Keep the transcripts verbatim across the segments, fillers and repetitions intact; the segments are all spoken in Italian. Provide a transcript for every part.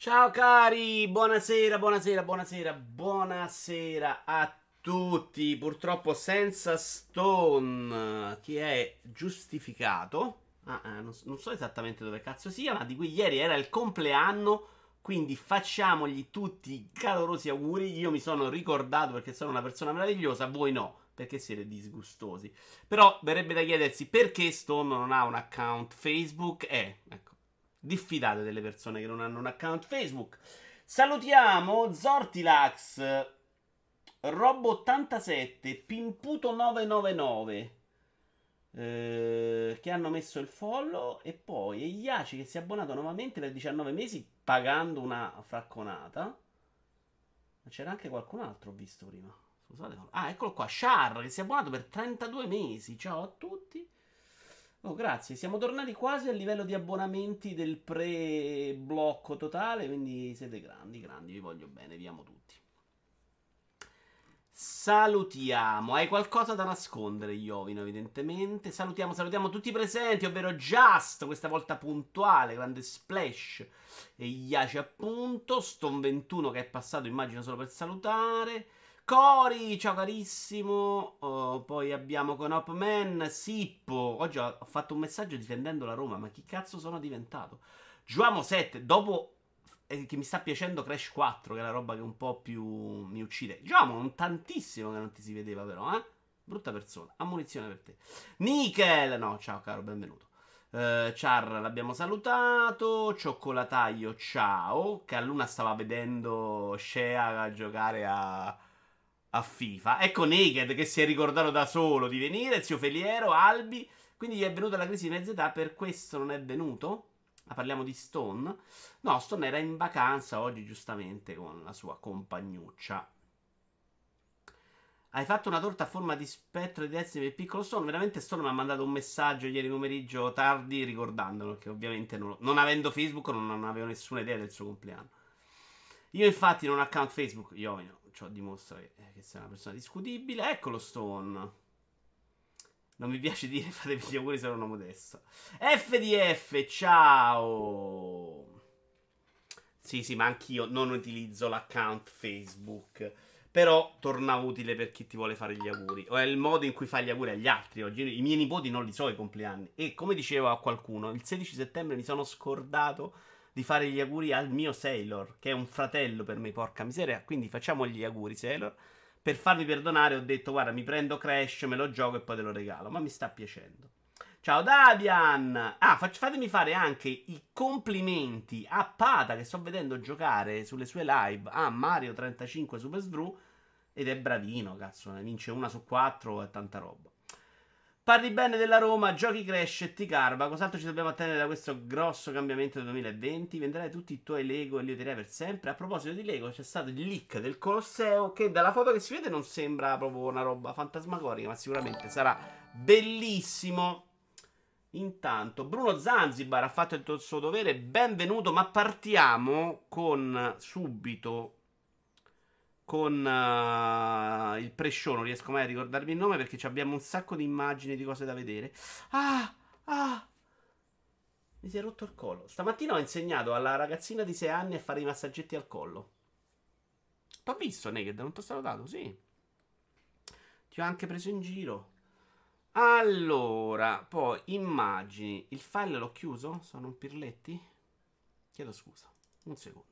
Ciao cari, buonasera, buonasera, buonasera, buonasera a tutti. Purtroppo senza Stone, che è giustificato. Ah, ah, non, so non so esattamente dove cazzo sia, ma di cui ieri era il compleanno. Quindi facciamogli tutti i calorosi auguri. Io mi sono ricordato perché sono una persona meravigliosa, voi no, perché siete disgustosi. Però verrebbe da chiedersi perché Stone non ha un account Facebook. Eh, ecco. Diffidate delle persone che non hanno un account Facebook. Salutiamo Zortilax, Robo ottantasette, Pimputo novecentonovantanove, eh, che hanno messo il follow, e poi Iaci che si è abbonato nuovamente per diciannove mesi pagando una fracconata. Ma c'era anche qualcun altro, ho visto prima. Scusate. Ah, eccolo qua, Char che si è abbonato per trentadue mesi. Ciao a tutti. Oh, grazie. Siamo tornati quasi al livello di abbonamenti del pre-blocco totale. Quindi siete grandi, grandi. Vi voglio bene. Vi amo tutti. Salutiamo. Hai qualcosa da nascondere, Iovino, evidentemente. Salutiamo, salutiamo tutti i presenti, ovvero Just, questa volta puntuale, grande Splash e Iaci appunto. Stone ventuno che è passato, immagino, solo per salutare. Cori, ciao carissimo. Oh, poi abbiamo con Hopman, Sippo. Oggi ho ho fatto un messaggio difendendo la Roma, ma chi cazzo sono diventato? Giuamo sette, dopo eh, che mi sta piacendo Crash quattro, che è la roba che un po' più mi uccide. Giuamo un tantissimo che non ti si vedeva però, eh? Brutta persona. Ammunizione per te. Nickel, no, ciao caro, benvenuto. Uh, Char l'abbiamo salutato. Cioccolataio, ciao. Che a Luna stava vedendo Shea giocare a a FIFA. Ecco Naked che si è ricordato da solo di venire, zio Feliero, Albi, quindi gli è venuta la crisi di mezza età, per questo non è venuto? Ma parliamo di Stone? No, Stone era in vacanza oggi giustamente con la sua compagnuccia. Hai fatto una torta a forma di spettro di Destiny per il piccolo Stone? Veramente Stone mi ha mandato un messaggio ieri pomeriggio tardi ricordandolo, che ovviamente non, non avendo Facebook non, non avevo nessuna idea del suo compleanno. Io infatti non ho un account Facebook, io no, ciò dimostra che, eh, che sei una persona discutibile. Eccolo Stone. Non mi piace dire fatemi gli auguri, sono una modesta. F D F, ciao. Sì, sì, ma anch'io non utilizzo l'account Facebook. Però torna utile per chi ti vuole fare gli auguri. O è il modo in cui fai gli auguri agli altri. Oggi i miei nipoti non li so i compleanni. E come dicevo a qualcuno, il sedici settembre mi sono scordato di fare gli auguri al mio Sailor, che è un fratello per me, porca miseria. Quindi facciamo gli auguri, Sailor. Per farmi perdonare ho detto, guarda, mi prendo Crash, me lo gioco e poi te lo regalo. Ma mi sta piacendo. Ciao Davian! Ah, fac- fatemi fare anche i complimenti a Pata che sto vedendo giocare sulle sue live a Mario trentacinque Super Svru ed è bravino, cazzo, ne vince una su quattro e tanta roba. Parli bene della Roma, giochi Crash e ti carba. Cos'altro ci dobbiamo attendere da questo grosso cambiamento del duemilaventi? Venderai tutti i tuoi Lego e li userai per sempre. A proposito di Lego, c'è stato il leak del Colosseo che dalla foto che si vede non sembra proprio una roba fantasmagorica, ma sicuramente sarà bellissimo. Intanto, Bruno Zanzibar ha fatto il suo dovere, benvenuto, ma partiamo con subito con uh, il pre-show, non riesco mai a ricordarmi il nome perché abbiamo un sacco di immagini di cose da vedere. Ah, ah, mi si è rotto il collo. Stamattina ho insegnato alla ragazzina di sei anni a fare i massaggetti al collo. T'ho visto, Naked, non t'ho salutato, sì. Ti ho anche preso in giro. Allora, poi immagini. Il file l'ho chiuso? Sono un pirletti? Chiedo scusa. Un secondo.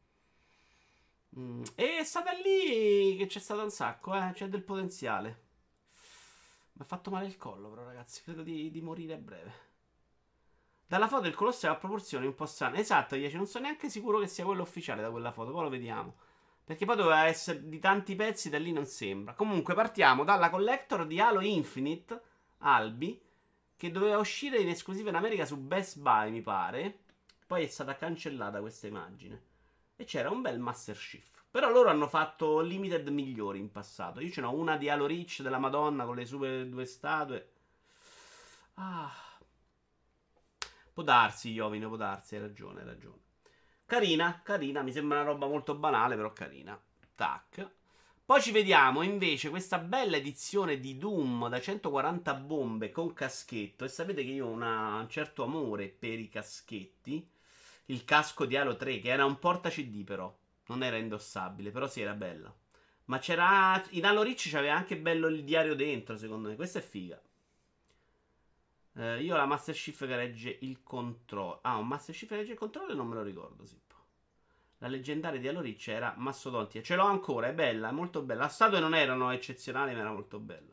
Mm, e è stata lì che c'è stato un sacco, eh. C'è del potenziale. Mi ha fatto male il collo, però, ragazzi. Credo di, di morire a breve. Dalla foto il Colosseo ha proporzioni un po' strane. Esatto, io non sono neanche sicuro che sia quello ufficiale da quella foto. Poi lo vediamo. Perché poi doveva essere di tanti pezzi, da lì non sembra. Comunque partiamo dalla collector di Halo Infinite, Albi, che doveva uscire in esclusiva in America su Best Buy, mi pare. Poi è stata cancellata questa immagine. E c'era un bel Master Chief. Però loro hanno fatto limited migliori in passato. Io ce n'ho una di Halo Reach della Madonna con le sue due statue. Ah. Può darsi, Iovine, può darsi, hai ragione, hai ragione. Carina, carina, mi sembra una roba molto banale, però carina. Tac. Poi ci vediamo invece questa bella edizione di Doom da centoquaranta bombe con caschetto. E sapete che io ho una- un certo amore per i caschetti. il casco di Halo tre, che era un porta C D però. Non era indossabile, però sì, era bella. Ma c'era... In Halo Reach c'aveva anche bello il diario dentro, secondo me. Questa è figa. Eh, io ho la Master Chief che regge il controllo. Ah, un Master Chief che regge il controllo non me lo ricordo, sì. La leggendaria di Halo Reach era mastodontica. Ce l'ho ancora, è bella, è molto bella. Le statue non erano eccezionali, ma era molto bella.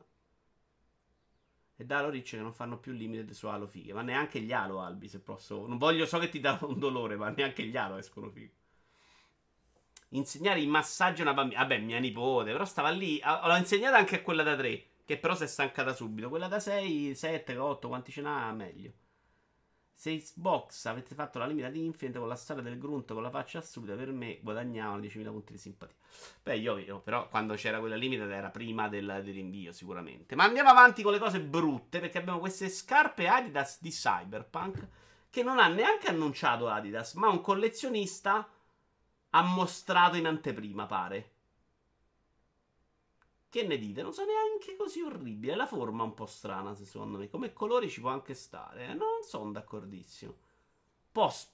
E da Halo Reach che non fanno più limited su Halo fighe. Ma neanche gli Halo, Albi, se posso. Non voglio, so che ti dà un dolore, ma neanche gli Halo escono fighe. Insegnare i massaggi a una bambina. Vabbè, mia nipote, però stava lì. L'ho insegnata anche a quella da tre, che però si è stancata subito. Quella da sei, sette, otto, quanti ce n'ha? Meglio. Se Xbox avete fatto la limita di Infinite con la storia del grunto con la faccia assurda, per me guadagnavano diecimila punti di simpatia. Beh, io, io però quando c'era quella limita era prima del, del rinvio sicuramente. Ma andiamo avanti con le cose brutte, perché abbiamo queste scarpe Adidas di Cyberpunk che non ha neanche annunciato Adidas, ma un collezionista ha mostrato in anteprima, pare. Che ne dite? Non sono neanche così orribile. La forma è un po' strana, secondo me. Come colori ci può anche stare. Eh? Non sono d'accordissimo. Un po', s-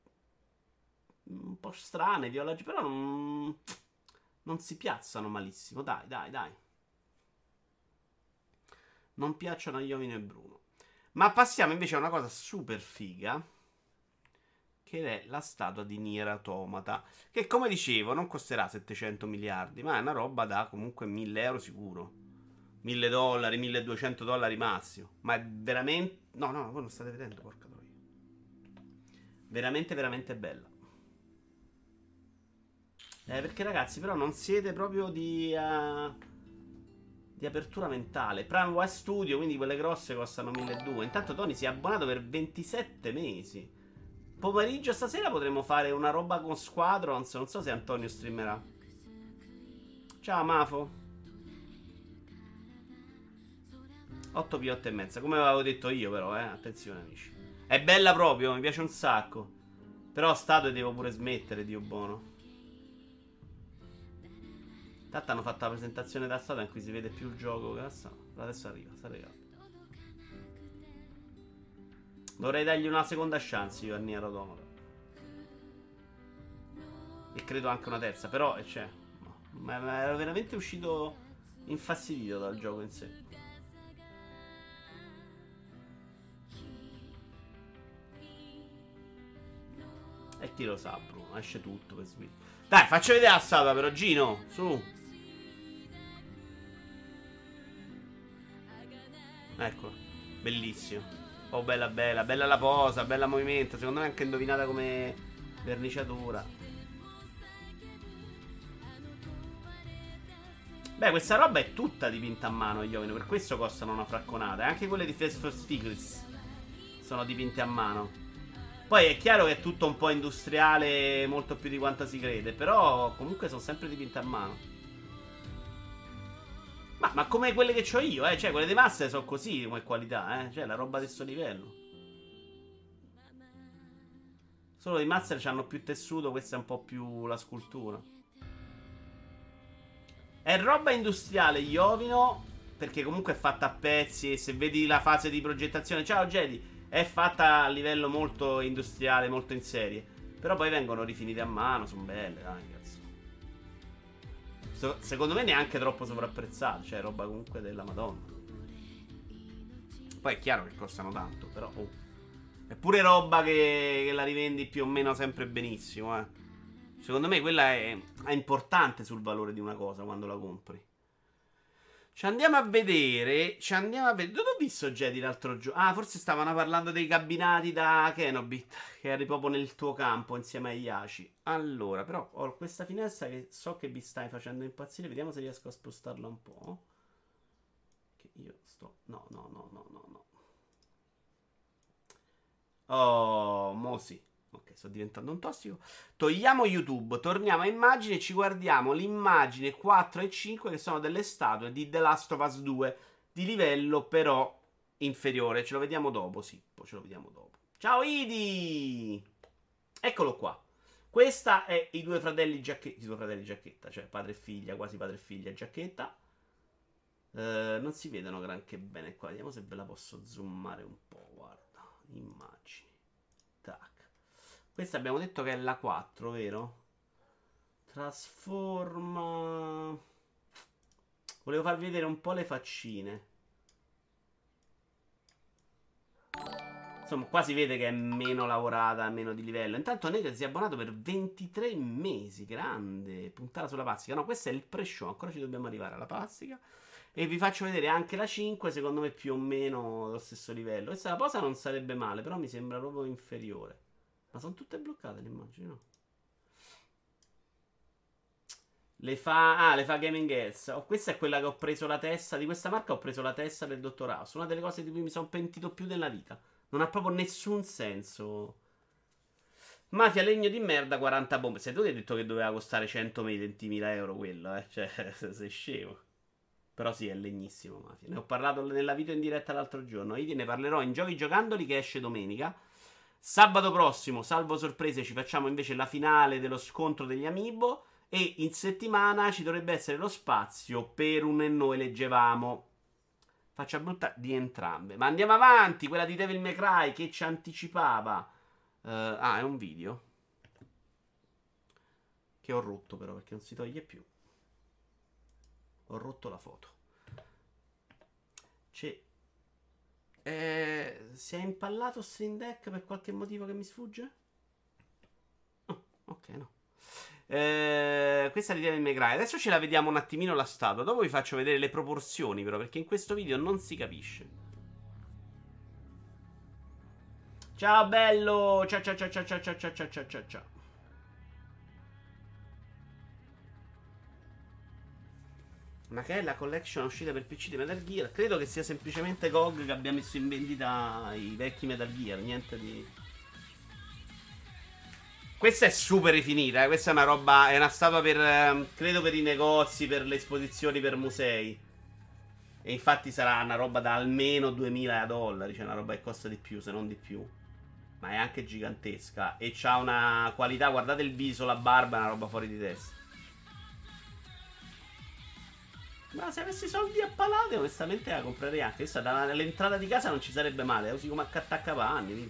un po' strane, viola, però non... non si piazzano malissimo. Dai, dai, dai. Non piacciono a Iovino e Bruno. Ma passiamo invece a una cosa super figa, che è la statua di Nier Automata, che come dicevo non costerà settecento miliardi, ma è una roba da comunque mille euro sicuro, mille dollari, milleduecento dollari massimo. Ma è veramente... No, no, voi non state vedendo, porca troia. Veramente, veramente bella. Eh, perché ragazzi, però non siete proprio di... Uh, di apertura mentale. Prime West Studio, quindi quelle grosse costano milleduecento. Intanto Tony si è abbonato per ventisette mesi. Pomeriggio stasera potremmo fare una roba con Squadrons. Non so se Antonio streamerà. Ciao Mafo. otto più otto e mezza. Come avevo detto io però, eh. Attenzione amici. È bella proprio, mi piace un sacco. Però statue devo pure smettere, Dio buono. Tanto hanno fatto la presentazione da statua in cui si vede più il gioco che la statua. Adesso arriva, sta arrivando. Dovrei dargli una seconda chance io a Nier Automata. E credo anche una terza, però cioè, no. Ma ero veramente uscito infastidito dal gioco in sé. E chi lo sa, Bruno, esce tutto per Switch. Dai, faccio vedere la statua però, Gino, su. Ecco, bellissimo. Oh, bella bella, bella la posa, bella movimento. Secondo me anche indovinata come verniciatura. Beh, questa roba è tutta dipinta a mano, Iovino, per questo costano una fracconata. E anche quelle di Fast for Stiglitz sono dipinte a mano. Poi è chiaro che è tutto un po' industriale, molto più di quanto si crede, però comunque sono sempre dipinte a mano. Ma, ma come quelle che ho io, eh, cioè quelle di Master sono così come qualità, eh, cioè la roba di sto livello. Solo i Master hanno più tessuto, questa è un po' più la scultura. È roba industriale, Iovino, perché comunque è fatta a pezzi e se vedi la fase di progettazione, ciao Jedi, è fatta a livello molto industriale, molto in serie. Però poi vengono rifinite a mano, sono belle, dai, cazzo. So- secondo me neanche troppo sovrapprezzate, cioè roba comunque della Madonna. Poi è chiaro che costano tanto, però oh. È pure roba che, che la rivendi più o meno sempre benissimo, eh. Secondo me quella è, è importante sul valore di una cosa quando la compri. Ci andiamo a vedere. Ci andiamo a vedere. Dove ho visto Jedi l'altro giorno? Ah, forse stavano parlando dei cabinati da Kenobit. Che eri proprio nel tuo campo insieme a Yashi. Allora, però ho questa finestra che so che vi stai facendo impazzire. Vediamo se riesco a spostarla un po'. Che io sto. No, no, no, no, no, no. Oh, mo sì. Ok, sto diventando un tossico. Togliamo YouTube, torniamo a immagini e ci guardiamo l'immagine quattro e cinque che sono delle statue di The Last of Us due di livello però inferiore. Ce lo vediamo dopo, sì, poi ce lo vediamo dopo. Ciao Idi! Eccolo qua. Questa è i due fratelli giacchetta, i due fratelli giacchetta, cioè padre e figlia, quasi padre e figlia giacchetta. Eh, non si vedono granché bene qua. Vediamo se ve la posso zoomare un po', guarda. Immagini. Tac. Questa abbiamo detto che è la quattro, vero? Trasforma. Volevo farvi vedere un po' le faccine. Insomma, qua si vede che è meno lavorata, meno di livello. Intanto Nega si è abbonato per ventitré mesi. Grande. Puntata sulla plastica. No, questo è il pre-show. Ancora ci dobbiamo arrivare alla plastica. E vi faccio vedere anche la cinque. Secondo me più o meno lo stesso livello. Questa la posa non sarebbe male, però mi sembra proprio inferiore. Ma sono tutte bloccate le immagini, no? Le fa. Ah, le fa Gaming Health. Oh, questa è quella che ho preso la testa. Di questa marca ho preso la testa del dottor House. Una delle cose di cui mi sono pentito più nella vita. Non ha proprio nessun senso. Mafia legno di merda, quaranta bombe. Sei tu che hai detto che doveva costare centoventimila euro quello, eh? Cioè, sei scemo. Però sì, è legnissimo Mafia. Ne ho parlato nella video in diretta l'altro giorno. Io ne parlerò in Giochi Giocandoli che esce domenica. Sabato prossimo, salvo sorprese, ci facciamo invece la finale dello scontro degli Amiibo. E in settimana ci dovrebbe essere lo spazio per un e noi leggevamo. Faccia brutta di entrambe. Ma andiamo avanti. Quella di Devil May Cry che ci anticipava. Uh, ah, è un video. Che ho rotto però perché non si toglie più. Ho rotto la foto. C'è. Eh, si è impallato Stream Deck per qualche motivo che mi sfugge? Oh, ok, no. Eh, questa è l'idea del May Cry. Adesso ce la vediamo un attimino la statua. Dopo vi faccio vedere le proporzioni, però, perché in questo video non si capisce. Ciao bello. Ciao ciao ciao ciao ciao ciao ciao ciao ciao ciao. Ma che è la collection uscita per P C di Metal Gear? Credo che sia semplicemente G O G che abbia messo in vendita i vecchi Metal Gear. Niente di. Questa è super rifinita, eh? Questa è una roba, è una statua per, eh, credo per i negozi, per le esposizioni, per musei. E infatti sarà una roba da almeno duemila dollari, cioè una roba che costa di più, se non di più. Ma è anche gigantesca e c'ha una qualità, guardate il viso, la barba, è una roba fuori di testa. Ma se avessi soldi a palate, onestamente la comprerei anche. Questa dall'entrata di casa non ci sarebbe male, così come attaccapanni, quindi.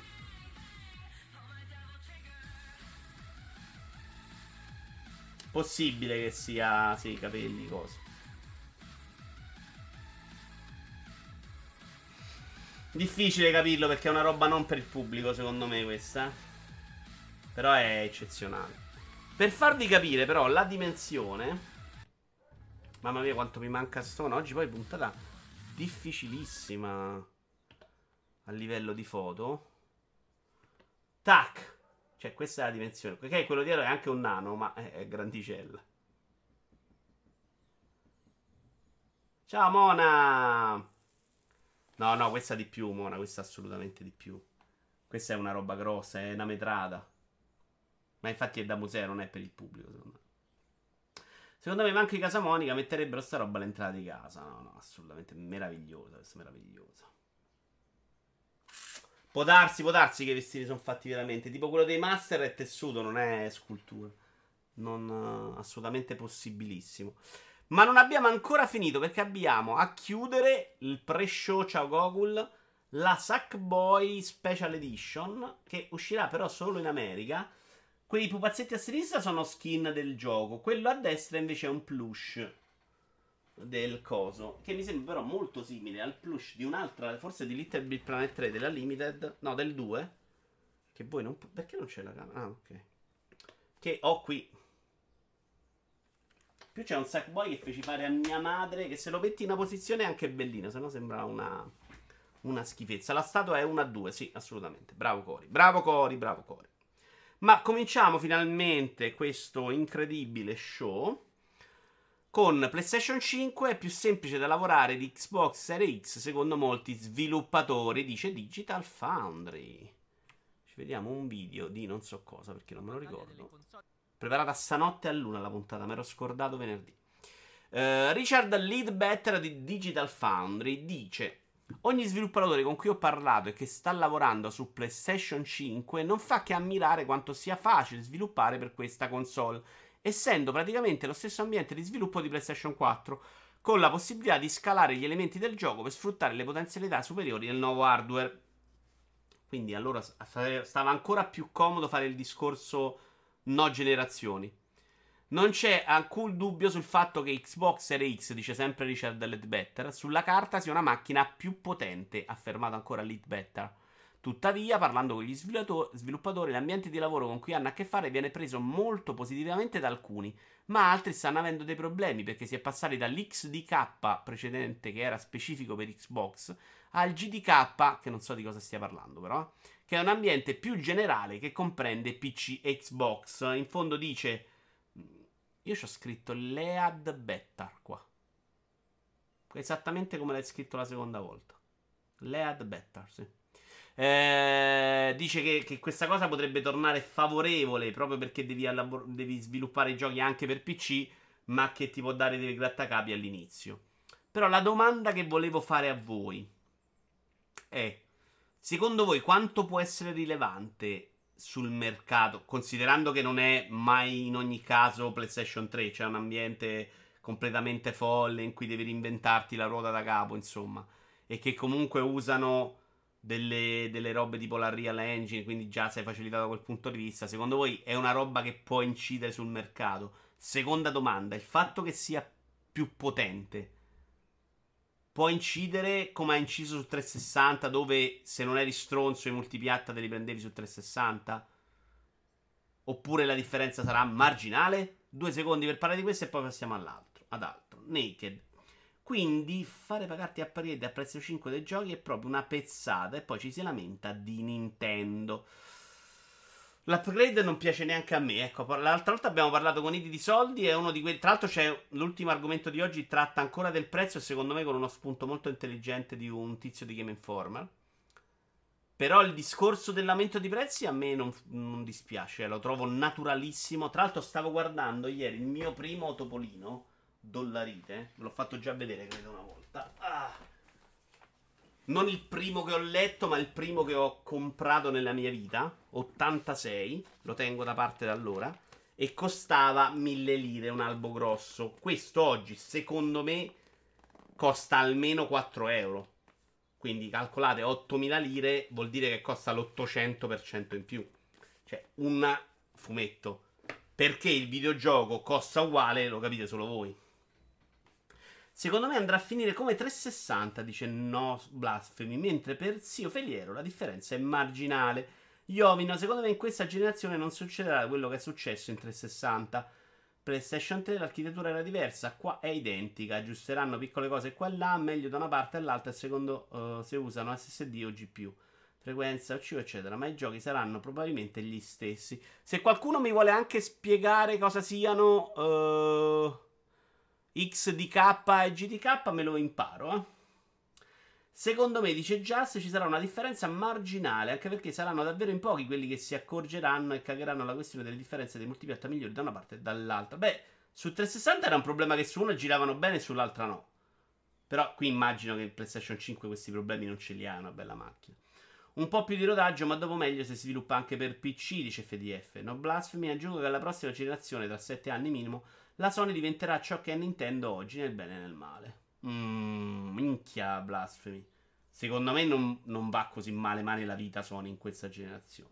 Possibile che sia, sì, capelli, cose. Difficile capirlo perché è una roba non per il pubblico, secondo me, questa. Però è eccezionale. Per farvi capire, però, la dimensione. Mamma mia, quanto mi manca stona. Oggi poi puntata difficilissima a livello di foto. Tac! Cioè, questa è la dimensione. Ok, quello dietro è anche un nano, ma è, è grandicella. Ciao, Mona! No, no, questa di più, Mona. Questa assolutamente di più. Questa è una roba grossa, è una metrata. Ma infatti è da museo, non è per il pubblico, secondo me. Secondo me, manco i Casamonica metterebbero sta roba all'entrata di casa. No, no, assolutamente meravigliosa. Questa è meravigliosa. Può darsi, può darsi che i vestiti sono fatti veramente. Tipo quello dei Master è tessuto, non è scultura. Non uh, assolutamente possibilissimo. Ma non abbiamo ancora finito perché abbiamo a chiudere il pre-show Ciao Gogul, la Sackboy Special Edition, che uscirà però solo in America. Quei pupazzetti a sinistra sono skin del gioco. Quello a destra invece è un plush del coso, che mi sembra però molto simile al plush di un'altra, forse di Little Big Planet tre della Limited, no, del due, che voi non. Perché non c'è la camera? Ah, ok. Che ho qui. Più c'è un Sackboy che feci fare a mia madre, che se lo metti in una posizione è anche bellina, se no sembra una una schifezza. La statua è una a due, sì, assolutamente. Bravo Cori, bravo Cori, bravo Cori. Ma cominciamo finalmente questo incredibile show con PlayStation cinque. È più semplice da lavorare di Xbox Series X secondo molti sviluppatori, dice Digital Foundry. Ci vediamo un video di non so cosa perché non me lo ricordo. Preparata stanotte a luna la puntata, mi ero scordato venerdì. uh, Richard Leadbetter di Digital Foundry dice: ogni sviluppatore con cui ho parlato e che sta lavorando su PlayStation cinque non fa che ammirare quanto sia facile sviluppare per questa console, essendo praticamente lo stesso ambiente di sviluppo di PlayStation quattro, con la possibilità di scalare gli elementi del gioco per sfruttare le potenzialità superiori del nuovo hardware. Quindi allora stava ancora più comodo fare il discorso no generazioni. Non c'è alcun dubbio sul fatto che Xbox Series X, dice sempre Richard Ledbetter, sulla carta sia una macchina più potente, affermato ancora Ledbetter. Tuttavia, parlando con gli sviluppatori, l'ambiente di lavoro con cui hanno a che fare viene preso molto positivamente da alcuni, ma altri stanno avendo dei problemi perché si è passati dall'X D K precedente, che era specifico per Xbox, al G D K, che non so di cosa stia parlando però, che è un ambiente più generale che comprende P C e Xbox. In fondo dice... Io ci ho scritto Lead Better qua. Esattamente come l'hai scritto la seconda volta. Lead Better, sì. Eh, dice che, che questa cosa potrebbe tornare favorevole proprio perché devi, allabor- devi sviluppare i giochi anche per P C, ma che ti può dare dei grattacapi all'inizio. Però la domanda che volevo fare a voi è: secondo voi quanto può essere rilevante sul mercato, considerando che non è mai in ogni caso PlayStation tre, c'è un ambiente completamente folle in cui devi reinventarti la ruota da capo, insomma, e che comunque usano delle, delle robe tipo la Real Engine, quindi già sei facilitato da quel punto di vista. Secondo voi è una roba che può incidere sul mercato? Seconda domanda: il fatto che sia più potente può incidere come ha inciso su trecentosessanta, dove se non eri stronzo i multipiatta te li prendevi su trecentosessanta? Oppure la differenza sarà marginale? Due secondi per parlare di questo e poi passiamo all'altro, ad altro. Naked. Quindi fare pagarti a parete a prezzo cinque dei giochi è proprio una pezzata. E poi ci si lamenta di Nintendo. L'upgrade non piace neanche a me. Ecco, l'altra volta abbiamo parlato con Idi di soldi. È uno di quelli. Tra l'altro, c'è l'ultimo argomento di oggi. Tratta ancora del prezzo. E secondo me, con uno spunto molto intelligente di un tizio di Game Informer. Però il discorso dell'aumento di prezzi a me non, non dispiace. Lo trovo naturalissimo. Tra l'altro, stavo guardando ieri il mio primo Topolino. Dollarite. Ve l'ho fatto già vedere, credo, una volta. Ah. Non il primo che ho letto, ma il primo che ho comprato nella mia vita. ottantasei. Lo tengo da parte da allora. E costava mille lire, un albo grosso. Questo oggi, secondo me, costa almeno quattro euro. Quindi calcolate ottomila lire, vuol dire che costa l'ottocento per cento in più. Cioè, un fumetto. Perché il videogioco costa uguale, lo capite solo voi. Secondo me andrà a finire come trecentosessanta, dice no blasfemi, mentre per Zio Feliero la differenza è marginale. Iovino, secondo me in questa generazione non succederà quello che è successo in trecentosessanta. PlayStation tre l'architettura era diversa, qua è identica, aggiusteranno piccole cose qua e là, meglio da una parte all'altra, e secondo uh, se usano S S D o G P U, frequenza, O C U, eccetera, ma i giochi saranno probabilmente gli stessi. Se qualcuno mi vuole anche spiegare cosa siano uh, X D K e G D K, me lo imparo, eh. Secondo me, dice Just, ci sarà una differenza marginale, anche perché saranno davvero in pochi quelli che si accorgeranno e cagheranno la questione delle differenze dei multipiatta migliori da una parte e dall'altra. Beh, su trecentosessanta era un problema che su una giravano bene e sull'altra no. Però qui immagino che il PlayStation cinque questi problemi non ce li ha, è una bella macchina. Un po' più di rodaggio, ma dopo meglio se si sviluppa anche per P C, dice F D F. No blasfemi, aggiungo che alla prossima generazione, tra sette anni minimo, la Sony diventerà ciò che è Nintendo oggi, nel bene e nel male. Mmm, minchia blasfemi. Secondo me non, non va così male male la vita Sony in questa generazione.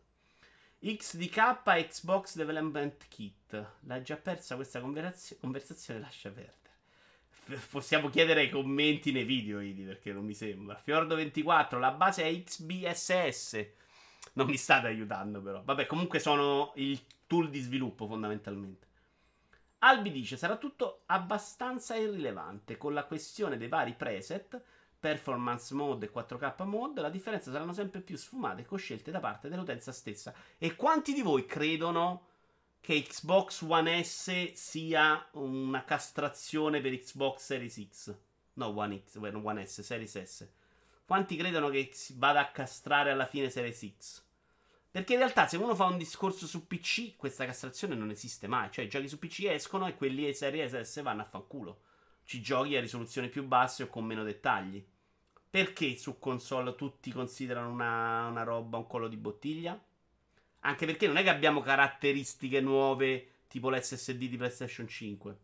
X D K Xbox Development Kit. L'hai già persa questa conversazio- conversazione? Lascia perdere. F- possiamo chiedere i commenti nei video, Idi, perché non mi sembra. Fiordo ventiquattro, la base è X B S S. Non mi state aiutando però. Vabbè, comunque sono il tool di sviluppo fondamentalmente. Albi dice: sarà tutto abbastanza irrilevante. Con la questione dei vari preset, performance mode e quattro K mode, la differenza saranno sempre più sfumate con scelte da parte dell'utenza stessa. E quanti di voi credono che Xbox One S sia una castrazione per Xbox Series X? No, One X, bueno, One S, Series S. Quanti credono che si vada a castrare alla fine Series X? Perché in realtà se uno fa un discorso su P C, questa castrazione non esiste mai. Cioè i giochi su P C escono e quelli di Series S vanno a fanculo. Ci giochi a risoluzioni più basse o con meno dettagli. Perché su console tutti considerano una, una roba, un collo di bottiglia? Anche perché non è che abbiamo caratteristiche nuove tipo l'S S D di PlayStation cinque.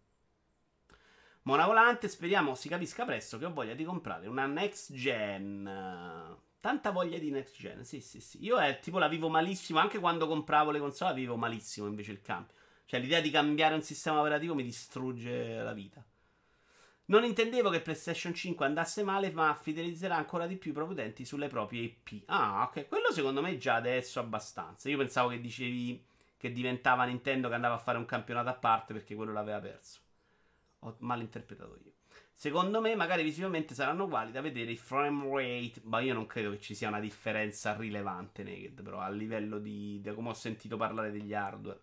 Mona Volante, speriamo si capisca presto che ho voglia di comprare una next gen. Tanta voglia di next gen. Sì, sì, sì. Io è tipo la vivo malissimo. Anche quando compravo le console, la vivo malissimo invece il cambio. Cioè, l'idea di cambiare un sistema operativo mi distrugge la vita. Non intendevo che PlayStation cinque andasse male, ma fidelizzerà ancora di più i propri utenti sulle proprie I P. Ah, ok. Quello secondo me già adesso abbastanza. Io pensavo che dicevi che diventava Nintendo che andava a fare un campionato a parte perché quello l'aveva perso. Ho malinterpretato io. Secondo me, magari visivamente saranno uguali da vedere i frame rate. Ma io non credo che ci sia una differenza rilevante, Naked, però a livello di, di come ho sentito parlare degli hardware.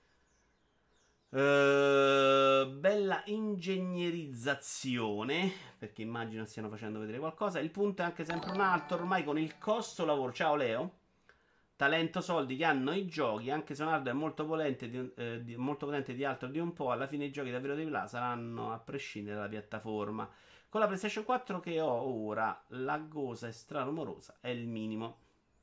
Uh, bella ingegnerizzazione, perché immagino stiano facendo vedere qualcosa. Il punto è anche sempre un altro. Ormai con il costo lavoro. Ciao Leo. Talento, soldi che hanno i giochi, anche se un hardware è molto potente di, eh, di, molto potente di altro di un po', alla fine i giochi davvero di là saranno a prescindere dalla piattaforma. Con la PlayStation quattro che ho ora, la cosa è strarumorosa, è il minimo.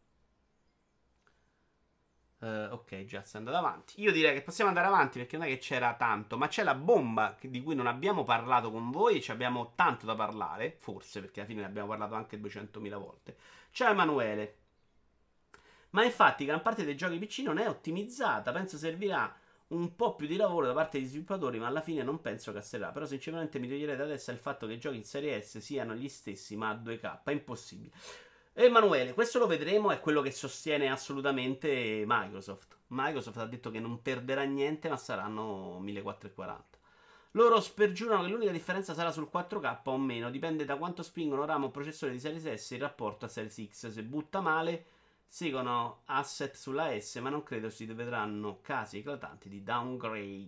Uh, ok, già sta andando avanti. Io direi che possiamo andare avanti perché non è che c'era tanto, ma c'è la bomba di cui non abbiamo parlato con voi e ci abbiamo tanto da parlare, forse perché alla fine ne abbiamo parlato anche duecentomila volte. Ciao Emanuele. Ma infatti gran parte dei giochi P C non è ottimizzata. Penso servirà un po' più di lavoro da parte degli sviluppatori, ma alla fine non penso che casserà. Però sinceramente mi toglierei da testa il fatto che i giochi in Serie S siano gli stessi, ma a due K. È impossibile. Emanuele, questo lo vedremo, è quello che sostiene assolutamente Microsoft. Microsoft ha detto che non perderà niente, ma saranno millequattrocentoquaranta. Loro spergiurano che l'unica differenza sarà sul quattro K o meno, dipende da quanto spingono ramo o processore di Series S in rapporto a Series X. Se butta male, seguono asset sulla S, ma non credo si vedranno casi eclatanti di downgrade.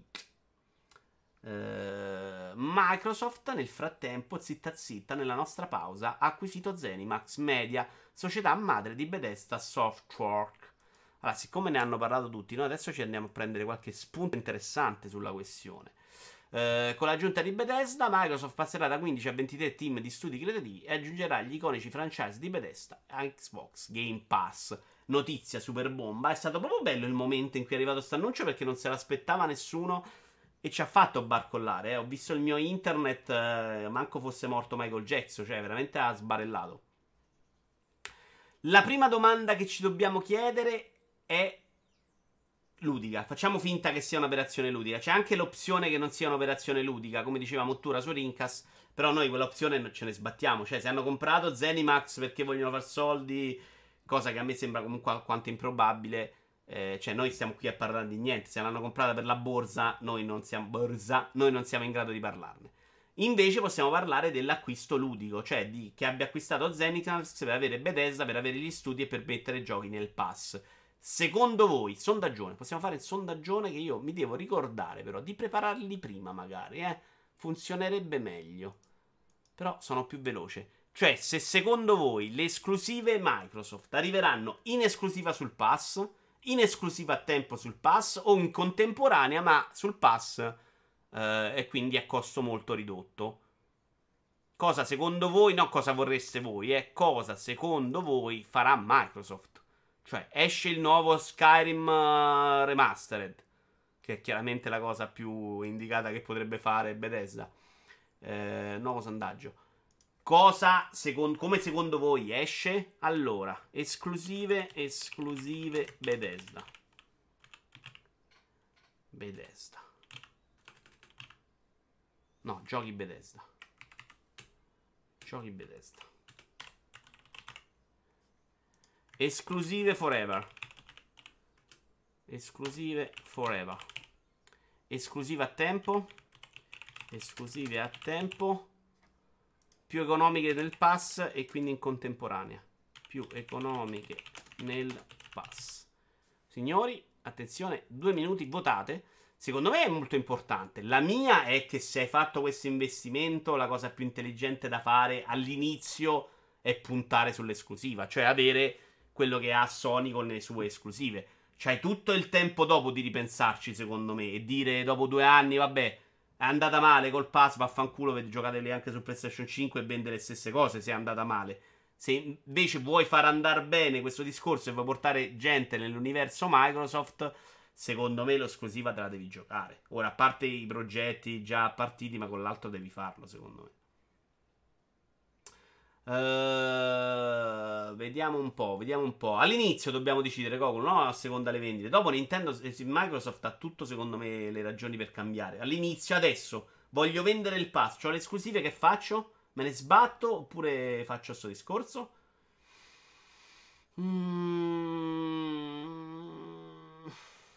Uh, Microsoft nel frattempo, zitta zitta, nella nostra pausa ha acquisito Zenimax Media, società madre di Bethesda Softworks. Allora, siccome ne hanno parlato tutti, noi adesso ci andiamo a prendere qualche spunto interessante sulla questione. Uh, con l'aggiunta di Bethesda, Microsoft passerà da quindici a ventitré team di studi creativi e aggiungerà gli iconici franchise di Bethesda a Xbox Game Pass. Notizia super bomba. È stato proprio bello il momento in cui è arrivato questo annuncio perché non se l'aspettava nessuno e ci ha fatto barcollare. Eh. Ho visto il mio internet, eh, manco fosse morto Michael Jackson, cioè veramente ha sbarellato. La prima domanda che ci dobbiamo chiedere è ludica. Facciamo finta che sia un'operazione ludica. C'è anche l'opzione che non sia un'operazione ludica, come diceva Mottura su Rincas, però noi quell'opzione non ce ne sbattiamo. Cioè, se hanno comprato Zenimax perché vogliono far soldi, cosa che a me sembra comunque alquanto improbabile, eh, cioè noi stiamo qui a parlare di niente. Se l'hanno comprata per la borsa, noi non siamo borsa, noi non siamo in grado di parlarne. Invece possiamo parlare dell'acquisto ludico, cioè di chi abbia acquistato Zenimax per avere Bethesda, per avere gli studi e per mettere giochi nel pass. Secondo voi, sondaggione, possiamo fare il sondaggione che io mi devo ricordare però di prepararli prima magari, eh? Funzionerebbe meglio. Però sono più veloce. Cioè, se secondo voi le esclusive Microsoft arriveranno in esclusiva sul pass, in esclusiva a tempo sul pass o in contemporanea ma sul pass eh, e quindi a costo molto ridotto. Cosa secondo voi, no cosa vorreste voi, eh? Cosa secondo voi farà Microsoft? Cioè, esce il nuovo Skyrim uh, Remastered, che è chiaramente la cosa più indicata che potrebbe fare Bethesda. Eh, nuovo sondaggio. Cosa, secondo, come secondo voi esce? Allora, esclusive, esclusive Bethesda. Bethesda. No, giochi Bethesda. Giochi Bethesda. Esclusive forever. Esclusive forever. Esclusive a tempo. Esclusive a tempo. Più economiche nel pass e quindi in contemporanea. Più economiche nel pass. Signori, attenzione, due minuti, votate. Secondo me è molto importante. La mia è che se hai fatto questo investimento, la cosa più intelligente da fare all'inizio è puntare sull'esclusiva. Cioè avere quello che ha Sony con le sue esclusive. C'hai tutto il tempo dopo di ripensarci, secondo me, e dire dopo due anni, vabbè, è andata male col pass, vaffanculo, giocateli anche su PlayStation cinque e vende le stesse cose se è andata male. Se invece vuoi far andare bene questo discorso e vuoi portare gente nell'universo Microsoft, secondo me l'esclusiva te la devi giocare. Ora, a parte i progetti già partiti, ma con l'altro devi farlo, secondo me. Uh, vediamo un po', vediamo un po'. All'inizio dobbiamo decidere, Goku, no? A seconda le vendite. Dopo Nintendo, Microsoft ha tutto, secondo me, le ragioni per cambiare. All'inizio, adesso, voglio vendere il pass. Ho le esclusive, che faccio? Me ne sbatto oppure faccio questo discorso? Mm.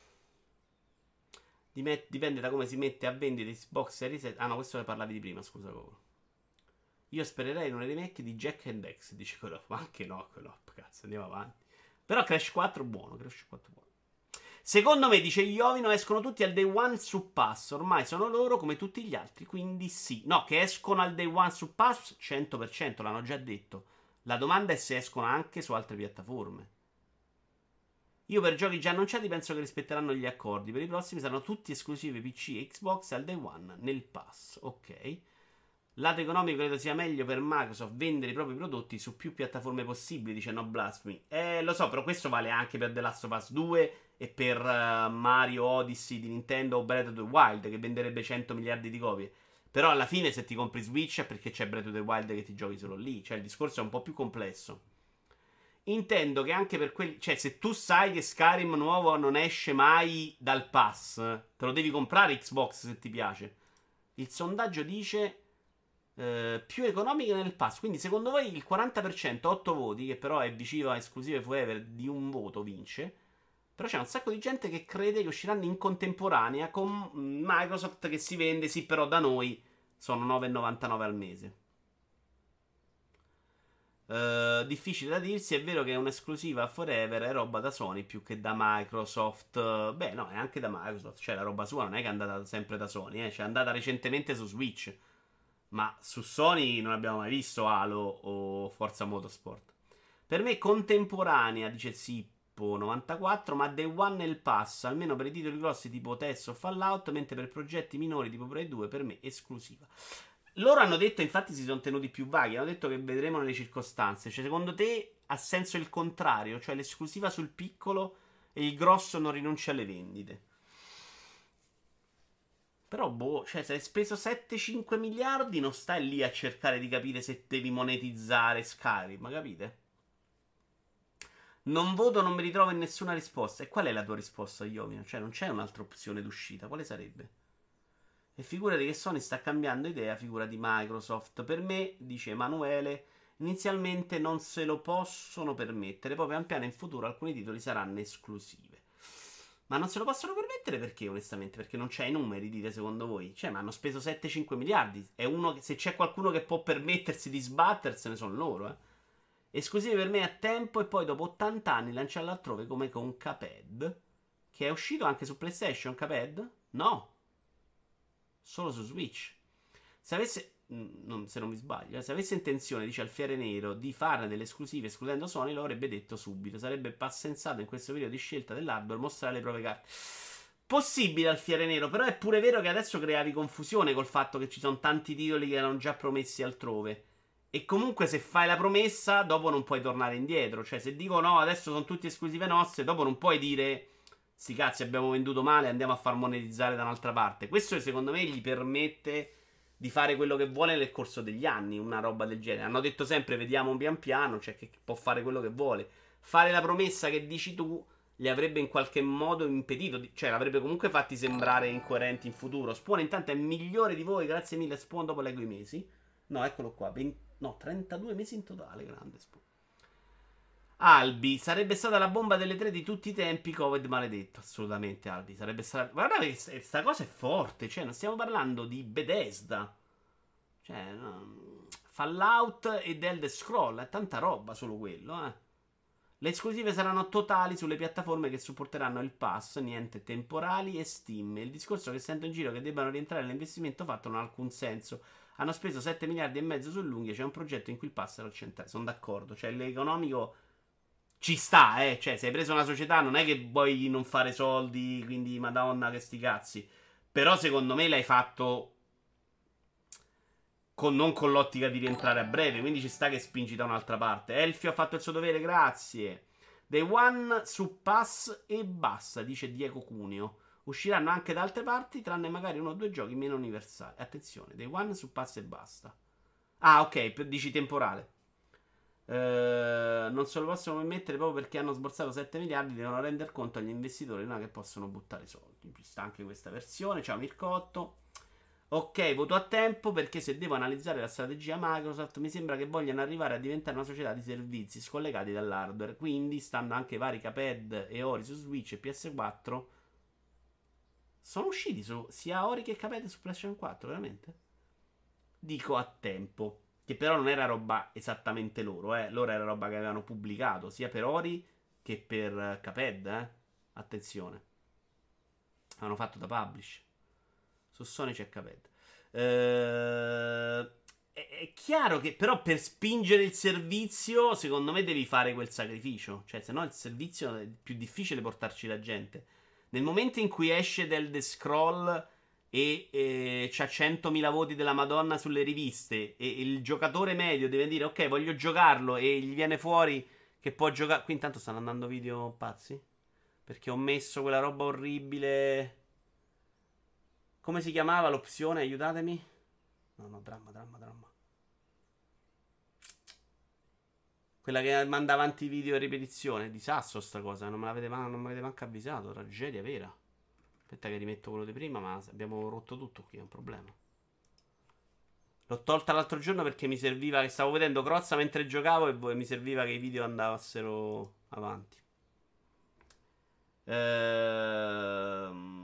Dipende da come si mette a vendere Xbox Series S. Ah no, questo ne parlavi di prima, scusa Goku. Io spererei in un remake di Jack and Dex, dice quello. Ma anche no, quello. Cazzo, andiamo avanti. Però Crash quattro buono, Crash quattro buono. Secondo me, dice Iovino, escono tutti al day one su Pass. Ormai sono loro come tutti gli altri, quindi sì. No, che escono al day one su Pass, cento per cento, l'hanno già detto. La domanda è se escono anche su altre piattaforme. Io per giochi già annunciati penso che rispetteranno gli accordi. Per i prossimi saranno tutti esclusivi P C e Xbox al day one nel Pass. Ok. Lato economico credo sia meglio per Microsoft vendere i propri prodotti su più piattaforme possibili, dice No Blasphemy. Eh, lo so, però questo vale anche per The Last of Us due e per uh, Mario Odyssey di Nintendo o Breath of the Wild, che venderebbe cento miliardi di copie. Però alla fine se ti compri Switch è perché c'è Breath of the Wild che ti giochi solo lì. Cioè il discorso è un po' più complesso. Intendo che anche per quelli... Cioè se tu sai che Skyrim nuovo non esce mai dal pass, te lo devi comprare Xbox se ti piace. Il sondaggio dice... Uh, più economiche nel pass. Quindi secondo voi il quaranta per cento, otto voti, che però è vicino a esclusive forever di un voto, vince. Però c'è un sacco di gente che crede che usciranno in contemporanea con Microsoft, che si vende, sì, però da noi sono nove e novantanove al mese. Uh, difficile da dirsi. È vero che un'esclusiva forever è roba da Sony più che da Microsoft. Uh, beh no, è anche da Microsoft. Cioè la roba sua non è che è andata sempre da Sony, eh. Cioè è andata recentemente su Switch. Ma su Sony non abbiamo mai visto Halo o Forza Motorsport. Per me contemporanea, dice Sippo novantaquattro, ma Day One nel pass, almeno per i titoli grossi tipo Tess o Fallout, mentre per progetti minori tipo Prey due per me esclusiva. Loro hanno detto, infatti si sono tenuti più vaghi, hanno detto che vedremo nelle circostanze. Cioè secondo te ha senso il contrario, cioè l'esclusiva sul piccolo e il grosso non rinuncia alle vendite? Però, boh, cioè, se hai speso sette cinque miliardi, non stai lì a cercare di capire se devi monetizzare Skyrim, capite? Non voto, non mi ritrovo in nessuna risposta. E qual è la tua risposta, Iovino? Cioè, non c'è un'altra opzione d'uscita. Quale sarebbe? E figurati che Sony sta cambiando idea, figura di Microsoft. Per me, dice Emanuele, inizialmente non se lo possono permettere. Poi, pian piano, in futuro, alcuni titoli saranno esclusive. Ma non se lo possono permettere perché, onestamente? Perché non c'è i numeri, dite, secondo voi? Cioè, ma hanno speso sette cinque miliardi. È uno che, se c'è qualcuno che può permettersi di sbattersene, sono loro, eh. Esclusive per me a tempo e poi dopo ottanta anni lanciarlo altrove come con Cuphead. Che è uscito anche su PlayStation, Cuphead? No. Solo su Switch. Se avesse... Non, se non mi sbaglio, eh, se avesse intenzione, dice Alfiere Nero, di farne delle esclusive escludendo Sony, lo avrebbe detto subito. Sarebbe sensato in questo periodo di scelta dell'hardware mostrare le proprie carte. Possibile, Alfiere Nero, però è pure vero che adesso creavi confusione col fatto che ci sono tanti titoli che erano già promessi altrove. E comunque se fai la promessa, dopo non puoi tornare indietro. Cioè, se dico no, adesso sono tutte esclusive nostre, dopo non puoi dire sti cazzi, abbiamo venduto male, andiamo a far monetizzare da un'altra parte. Questo secondo me gli permette di fare quello che vuole nel corso degli anni, una roba del genere. Hanno detto sempre vediamo pian piano, cioè che può fare quello che vuole. Fare la promessa che dici tu li avrebbe in qualche modo impedito, cioè l'avrebbe comunque fatti sembrare incoerenti in futuro. Spawn intanto è migliore di voi, grazie mille Spawn, dopo leggo i mesi. No, eccolo qua, venti, no, trentadue mesi in totale, grande Spawn. Albi, sarebbe stata la bomba delle tre di tutti i tempi, Covid maledetto. Assolutamente, Albi, sarebbe stata... Guarda che questa cosa è forte, cioè non stiamo parlando di Bethesda. Cioè, no, Fallout e Elder Scroll, è tanta roba solo quello, eh. Le esclusive saranno totali sulle piattaforme che supporteranno il pass, niente temporali e Steam. Il discorso che sento in giro che debbano rientrare nell'investimento fatto non ha alcun senso. Hanno speso sette miliardi e mezzo sull'unghia, c'è un progetto in cui il pass era al centrale. Sono d'accordo, cioè l'economico... Ci sta, eh. Cioè, se hai preso una società, non è che vuoi non fare soldi, quindi madonna che sti cazzi. Però secondo me l'hai fatto con, non con l'ottica di rientrare a breve. Quindi ci sta che spingi da un'altra parte. Elfio ha fatto il suo dovere, grazie. Day One su Pass e basta, dice Diego Cuneo. Usciranno anche da altre parti, tranne magari uno o due giochi meno universali. Attenzione, Day One su Pass e basta. Ah, ok, dici temporale. Eh, non se lo possono permettere proprio perché hanno sborsato sette miliardi. Devono rendere conto agli investitori non è che possono buttare soldi. Ci sta anche questa versione. Ciao Mircotto. Ok, voto a tempo perché se devo analizzare la strategia Microsoft mi sembra che vogliano arrivare a diventare una società di servizi scollegati dall'hardware. Quindi stanno anche vari Cuphead e Ori su Switch e P S quattro. Sono usciti su sia Ori che Cuphead su PlayStation quattro, veramente? Dico a tempo. Che però non era roba esattamente loro, eh. Loro era roba che avevano pubblicato sia per Ori che per uh, Cuphead, eh. Attenzione. Hanno fatto da publish. Su Sony c'è Cuphead. Eh, è, è chiaro che però per spingere il servizio, secondo me devi fare quel sacrificio. Cioè, se no il servizio è più difficile portarci la gente. Nel momento in cui esce del The Scroll e, e c'ha centomila voti della Madonna sulle riviste e il giocatore medio deve dire ok, voglio giocarlo e gli viene fuori che può giocare. Qui intanto stanno andando video pazzi perché ho messo quella roba orribile. Come si chiamava l'opzione? Aiutatemi. No, no, dramma, dramma, dramma. Quella che manda avanti i video in ripetizione. Disastro sta cosa. Non me l'avete man- non mi avete manco avvisato. Tragedia vera. Aspetta che rimetto quello di prima, ma abbiamo rotto tutto qui, è un problema. L'ho tolta l'altro giorno perché mi serviva che stavo vedendo Crozza mentre giocavo e mi serviva che i video andassero avanti. Ehm...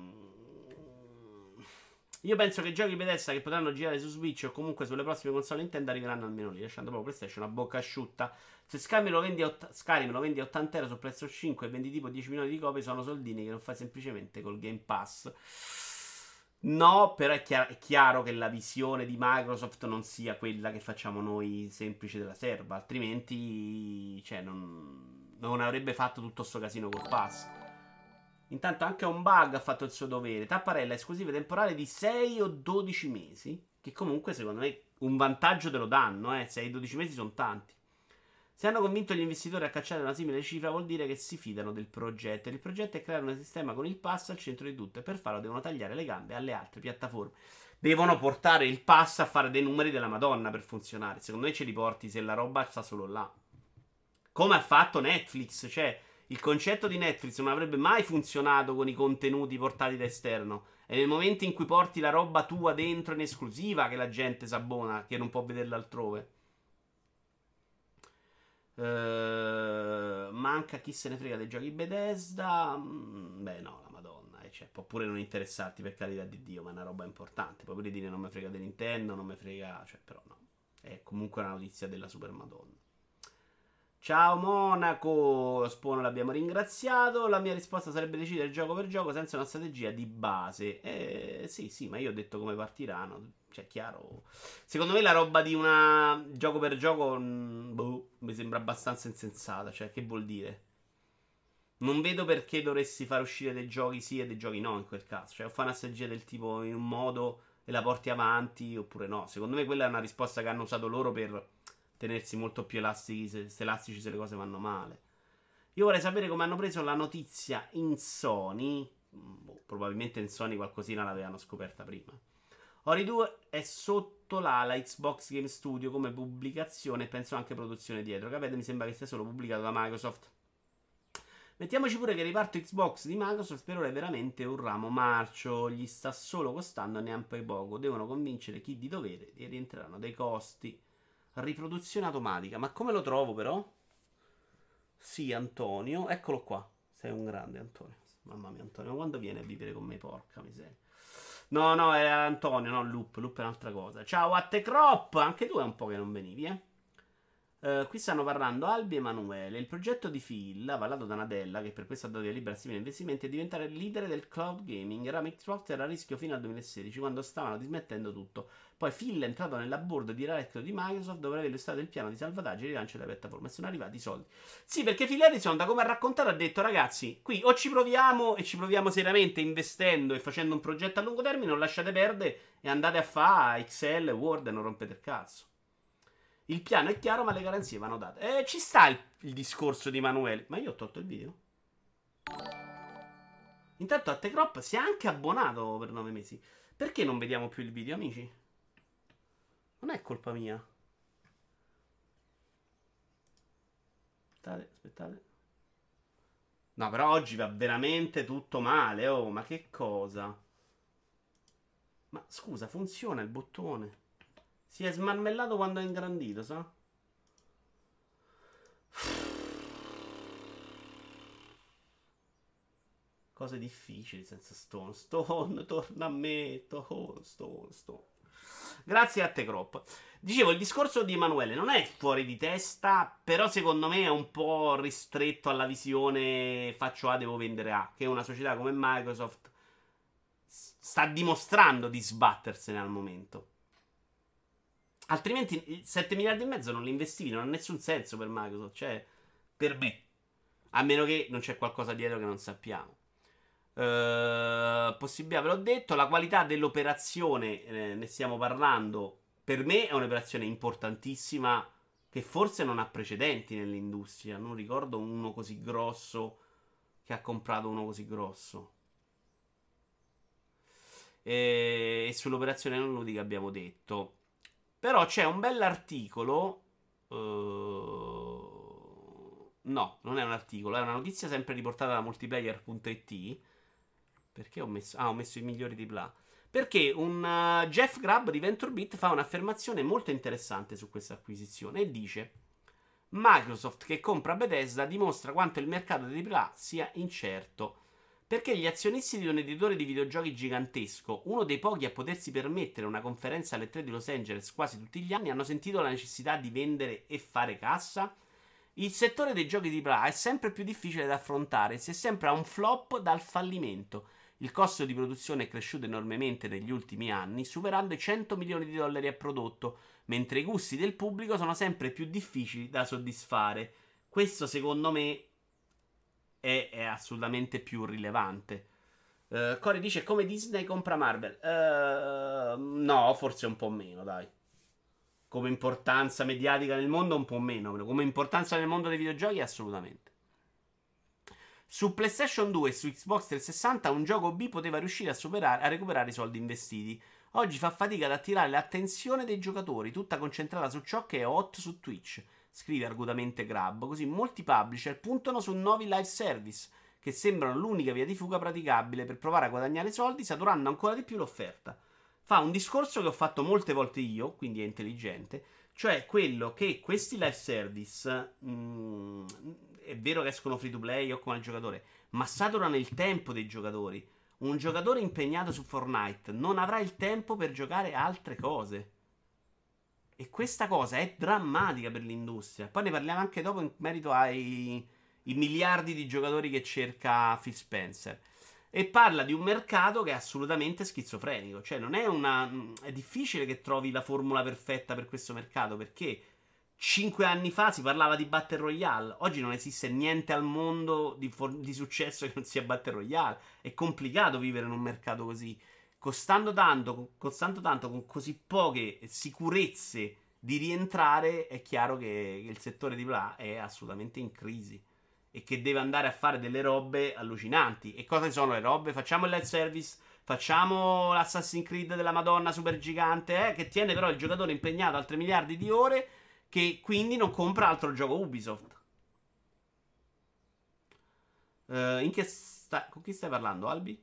Io penso che i giochi Bethesda che potranno girare su Switch o comunque sulle prossime console Nintendo arriveranno almeno lì, lasciando proprio PlayStation a bocca asciutta. Se Skyrim lo vendi a, ott- Skyrim lo vendi a ottanta euro su PlayStation cinque e vendi tipo dieci milioni di copie, sono soldini che non fai semplicemente col Game Pass. No, però è chiaro, è chiaro che la visione di Microsoft non sia quella che facciamo noi semplici della serva, altrimenti cioè, non, non avrebbe fatto tutto sto casino col pass. Intanto anche un bug ha fatto il suo dovere. Tapparella esclusive temporale di sei o dodici mesi. Che comunque secondo me un vantaggio te lo danno, eh. sei dodici mesi sono tanti. Se hanno convinto gli investitori a cacciare una simile cifra vuol dire che si fidano del progetto. Il progetto è creare un sistema con il pass al centro di tutto e per farlo devono tagliare le gambe alle altre piattaforme. Devono portare il pass a fare dei numeri della Madonna per funzionare. Secondo me ce li porti se la roba sta solo là. Come ha fatto Netflix, cioè il concetto di Netflix non avrebbe mai funzionato con i contenuti portati da esterno. È nel momento in cui porti la roba tua dentro in esclusiva che la gente s'abbona, che non può vederla altrove. Uh, manca chi se ne frega dei giochi Bethesda. Mm, beh, no, la Madonna. Eh, cioè, può pure non interessarti, per carità di Dio, ma è una roba importante. Puoi pure dire non mi frega di Nintendo, non mi frega. Cioè, però no. È comunque una notizia della Super Madonna. Ciao Monaco, Spono l'abbiamo ringraziato. La mia risposta sarebbe decidere gioco per gioco senza una strategia di base. Eh, sì, sì, ma io ho detto come partiranno. Cioè, chiaro. Secondo me la roba di una gioco per gioco, mh, boh, mi sembra abbastanza insensata. Cioè, che vuol dire? Non vedo perché dovresti far uscire dei giochi sì e dei giochi no in quel caso. Cioè, o fai una strategia del tipo in un modo e la porti avanti, oppure no. Secondo me quella è una risposta che hanno usato loro per tenersi molto più elastici se, se elastici se le cose vanno male. Io vorrei sapere come hanno preso la notizia in Sony. Boh, probabilmente in Sony qualcosina l'avevano scoperta prima. Ori due è sotto l'ala Xbox Game Studio come pubblicazione e penso anche produzione dietro. Capite? Mi sembra che sia solo pubblicato da Microsoft. Mettiamoci pure che il riparto Xbox di Microsoft per ora è veramente un ramo marcio. Gli sta solo costando neanche poco. Devono convincere chi di dovere e rientreranno dei costi. Riproduzione automatica. Ma come lo trovo però? Sì, Antonio. Eccolo qua. Sei un grande, Antonio. Mamma mia, Antonio. Ma quando viene a vivere con me, porca miseria. No, no, era Antonio, no, Loop. Loop è un'altra cosa. Ciao, Attecrop. Anche tu è un po' che non venivi, eh. Uh, qui stanno parlando Albi e Emanuele. Il progetto di Phil, avalato da Nadella, che per questo ha dato via libera a simili investimenti, è diventare il leader del cloud gaming. Era Xbox era a rischio fino al duemilasedici, quando stavano dismettendo tutto. Poi Phil è entrato nella board di director di Microsoft dopo aver illustrato il piano di salvataggio e rilancio della piattaforma e sono arrivati i soldi. Sì, perché Phil Edison, da come ha raccontato, ha detto ragazzi, qui o ci proviamo e ci proviamo seriamente investendo e facendo un progetto a lungo termine, o lasciate perdere e andate a fare Excel, Word e non rompete il cazzo. Il piano è chiaro, ma le garanzie vanno date. Eh, ci sta il, il discorso di Emanuele. Ma io ho tolto il video. Intanto a Tecrop si è anche abbonato per nove mesi. Perché non vediamo più il video, amici? Non è colpa mia. aspettate, aspettate. No, però oggi va veramente tutto male. Oh, ma che cosa? Ma scusa, funziona il bottone. Si è smarmellato quando è ingrandito, sa? Cose difficili senza Stone. Stone, torna a me. Stone, Stone, Stone. Grazie a te, Crop. Dicevo, il discorso di Emanuele non è fuori di testa, però secondo me è un po' ristretto alla visione faccio A, devo vendere A, che una società come Microsoft sta dimostrando di sbattersene al momento. Altrimenti sette miliardi e mezzo non li investivi, non ha nessun senso per Microsoft, cioè per me. A meno che non c'è qualcosa dietro che non sappiamo. Uh, possibile, ve l'ho detto, la qualità dell'operazione, eh, ne stiamo parlando, per me è un'operazione importantissima che forse non ha precedenti nell'industria. Non ricordo uno così grosso che ha comprato uno così grosso. E, e sull'operazione non lo dico abbiamo detto. Però c'è un bell'articolo. Uh, no, non è un articolo, è una notizia sempre riportata da multiplayer punto it. Perché ho messo. Ah, ho messo i migliori di Pla. Perché un uh, Jeff Grubb di VentureBeat fa un'affermazione molto interessante su questa acquisizione e dice: Microsoft che compra Bethesda dimostra quanto il mercato di A A A sia incerto. Perché gli azionisti di un editore di videogiochi gigantesco, uno dei pochi a potersi permettere una conferenza alle tre di Los Angeles quasi tutti gli anni, hanno sentito la necessità di vendere e fare cassa? Il settore dei giochi di A A A è sempre più difficile da affrontare, si è sempre a un flop dal fallimento. Il costo di produzione è cresciuto enormemente negli ultimi anni, superando i cento milioni di dollari a prodotto, mentre i gusti del pubblico sono sempre più difficili da soddisfare. Questo, secondo me, è, è assolutamente più rilevante. Uh, Cory dice: come Disney compra Marvel? Uh, no, forse un po' meno, dai. Come importanza mediatica nel mondo, un po' meno. Come importanza nel mondo dei videogiochi, assolutamente. Su PlayStation due e su Xbox trecentosessanta un gioco B poteva riuscire a, superare, a recuperare i soldi investiti. Oggi fa fatica ad attirare l'attenzione dei giocatori, tutta concentrata su ciò che è hot su Twitch, scrive argutamente Grab. Così molti publisher puntano su nuovi live service, che sembrano l'unica via di fuga praticabile per provare a guadagnare soldi, saturando ancora di più l'offerta. Fa un discorso che ho fatto molte volte io, quindi è intelligente, cioè quello che questi live service... Mh, è vero che escono free to play o come al giocatore, ma saturano il tempo dei giocatori. Un giocatore impegnato su Fortnite non avrà il tempo per giocare altre cose. E questa cosa è drammatica per l'industria. Poi ne parliamo anche dopo in merito ai i miliardi di giocatori che cerca Phil Spencer. E parla di un mercato che è assolutamente schizofrenico. Cioè, non è una. È difficile che trovi la formula perfetta per questo mercato, perché Cinque anni fa si parlava di Battle Royale. Oggi non esiste niente al mondo di, for- di successo che non sia Battle Royale. È complicato vivere in un mercato così. Costando tanto, costando tanto, con così poche sicurezze di rientrare, è chiaro che, che il settore di Pla è assolutamente in crisi. E che deve andare a fare delle robe allucinanti. E cosa sono le robe? Facciamo il live service. Facciamo l'Assassin's Creed della Madonna super gigante, eh, che tiene però il giocatore impegnato altre miliardi di ore, che quindi non compra altro gioco Ubisoft. Uh, in che sta- con chi stai parlando, Albi?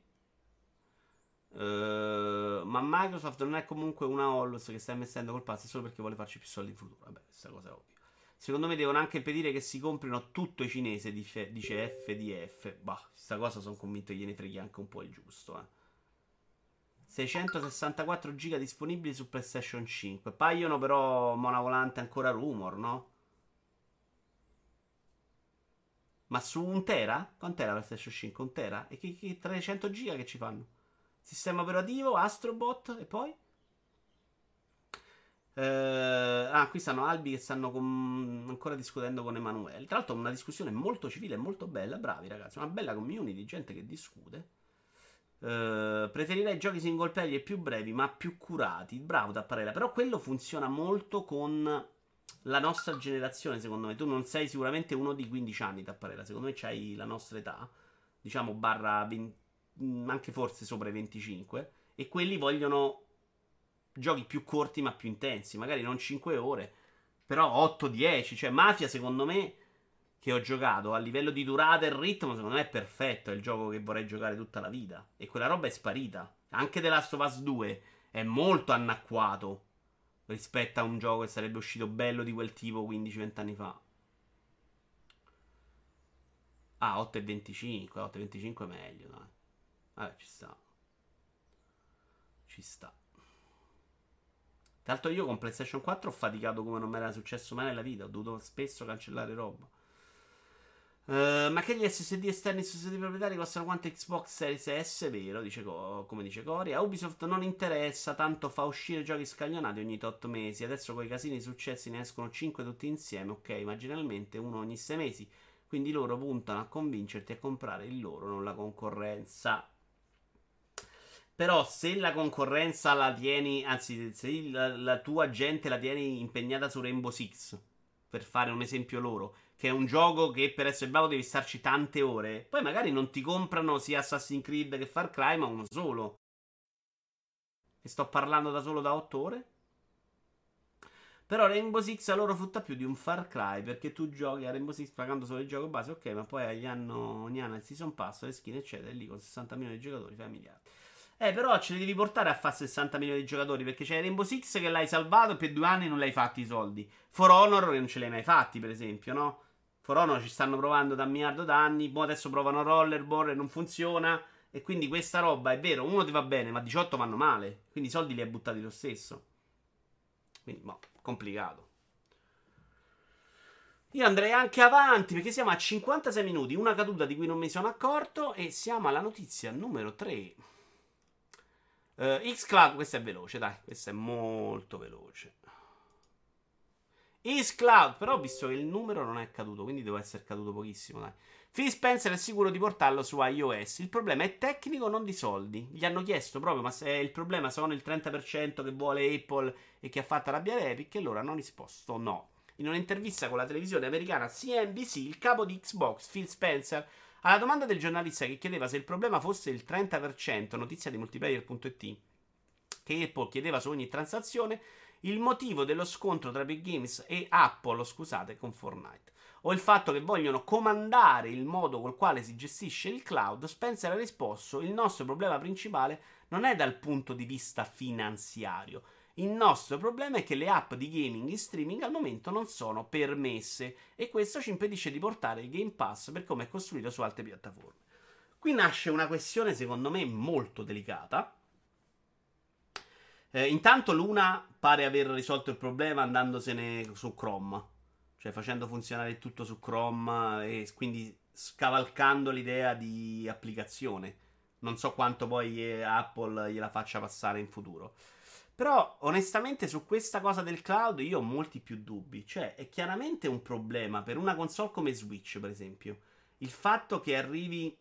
Uh, ma Microsoft non è comunque una Hollus che sta investendo col pazzo solo perché vuole farci più soldi in futuro. Vabbè, questa cosa è ovvia. Secondo me devono anche impedire che si comprino tutto i cinese, dice, dice F D F. Bah, questa cosa sono convinto che gliene freghi anche un po' il giusto, eh. seicentosessantaquattro giga disponibili su PlayStation cinque. Paiono però mona volante ancora rumor, no? Ma su un tera? Quant'era la PlayStation cinque? Un tera? E che, che trecento giga che ci fanno? Sistema operativo, Astrobot e poi? Eh, ah, qui stanno Albi che stanno con, ancora discutendo con Emanuele. Tra l'altro una discussione molto civile e molto bella. Bravi ragazzi, una bella community di gente che discute. Uh, preferirei giochi single player più brevi ma più curati. Bravo Tapparella. Però quello funziona molto con la nostra generazione, secondo me. Tu non sei sicuramente uno di quindici anni, Tapparella. Secondo me c'hai la nostra età, diciamo barra venti, anche forse sopra i venticinque. E quelli vogliono giochi più corti ma più intensi. Magari non cinque ore, però otto dieci. Cioè Mafia, secondo me, che ho giocato a livello di durata e ritmo, secondo me è perfetto. È il gioco che vorrei giocare tutta la vita. E quella roba è sparita. Anche The Last of Us due è molto anacquato rispetto a un gioco che sarebbe uscito bello di quel tipo quindici venti anni fa. Ah, otto e venticinque. otto e venticinque è meglio, dai. Vabbè, ci sta. Ci sta. Tra l'altro io con PlayStation quattro ho faticato come non mi era successo mai nella vita. Ho dovuto spesso cancellare roba. Uh, ma che gli S S D esterni su S S D proprietari costano quanto Xbox Series S? Vero, dice Co- come dice Cory. A Ubisoft non interessa, tanto fa uscire giochi scaglionati ogni otto mesi. Adesso con i casini successi ne escono cinque tutti insieme. Ok, marginalmente uno ogni sei mesi. Quindi loro puntano a convincerti a comprare il loro, non la concorrenza. Però se la concorrenza la tieni, anzi se la, la tua gente la tieni impegnata su Rainbow Six, per fare un esempio loro, che è un gioco che per essere bravo devi starci tante ore, poi magari non ti comprano sia Assassin's Creed che Far Cry, ma uno solo. E sto parlando da solo da otto ore? Però Rainbow Six a loro frutta più di un Far Cry, perché tu giochi a Rainbow Six pagando solo il gioco base, ok, ma poi agli anno, ogni anno il season pass, le skin eccetera, e lì con sessanta milioni di giocatori fai miliardi. Eh, però ce li devi portare a fare sessanta milioni di giocatori, perché c'è Rainbow Six che l'hai salvato e per due anni non l'hai fatti i soldi. For Honor che non ce li hai mai fatti, per esempio, no? For Honor ci stanno provando da un miliardo d'anni, poi adesso provano Rollerball e non funziona, e quindi questa roba, è vero, uno ti va bene, ma diciotto vanno male, quindi i soldi li hai buttati lo stesso. Quindi, boh, complicato. Io andrei anche avanti perché siamo a cinquantasei minuti, una caduta di cui non mi sono accorto e siamo alla notizia numero tre. Uh, Xcloud, questa è veloce, dai, questa è molto veloce. Xcloud, però ho visto che il numero non è caduto, quindi deve essere caduto pochissimo, dai. Phil Spencer è sicuro di portarlo su iOS. Il problema è tecnico, non di soldi. Gli hanno chiesto proprio, ma se il problema sono il trenta per cento che vuole Apple e che ha fatto arrabbiare Epic, e loro hanno risposto no. In un'intervista con la televisione americana C N B C, il capo di Xbox, Phil Spencer, alla domanda del giornalista che chiedeva se il problema fosse il trenta per cento, notizia di multiplayer punto it, che Apple chiedeva su ogni transazione, il motivo dello scontro tra Epic Games e Apple, scusate, con Fortnite, o il fatto che vogliono comandare il modo col quale si gestisce il cloud, Spencer ha risposto: il nostro problema principale non è dal punto di vista finanziario. Il nostro problema è che le app di gaming in streaming al momento non sono permesse e questo ci impedisce di portare il Game Pass per come è costruito su altre piattaforme. Qui nasce una questione secondo me molto delicata. Eh, intanto Luna pare aver risolto il problema andandosene su Chrome, cioè facendo funzionare tutto su Chrome e quindi scavalcando l'idea di applicazione. Non so quanto poi eh, Apple gliela faccia passare in futuro. Però, onestamente, su questa cosa del cloud io ho molti più dubbi. Cioè, è chiaramente un problema per una console come Switch, per esempio. Il fatto che arrivi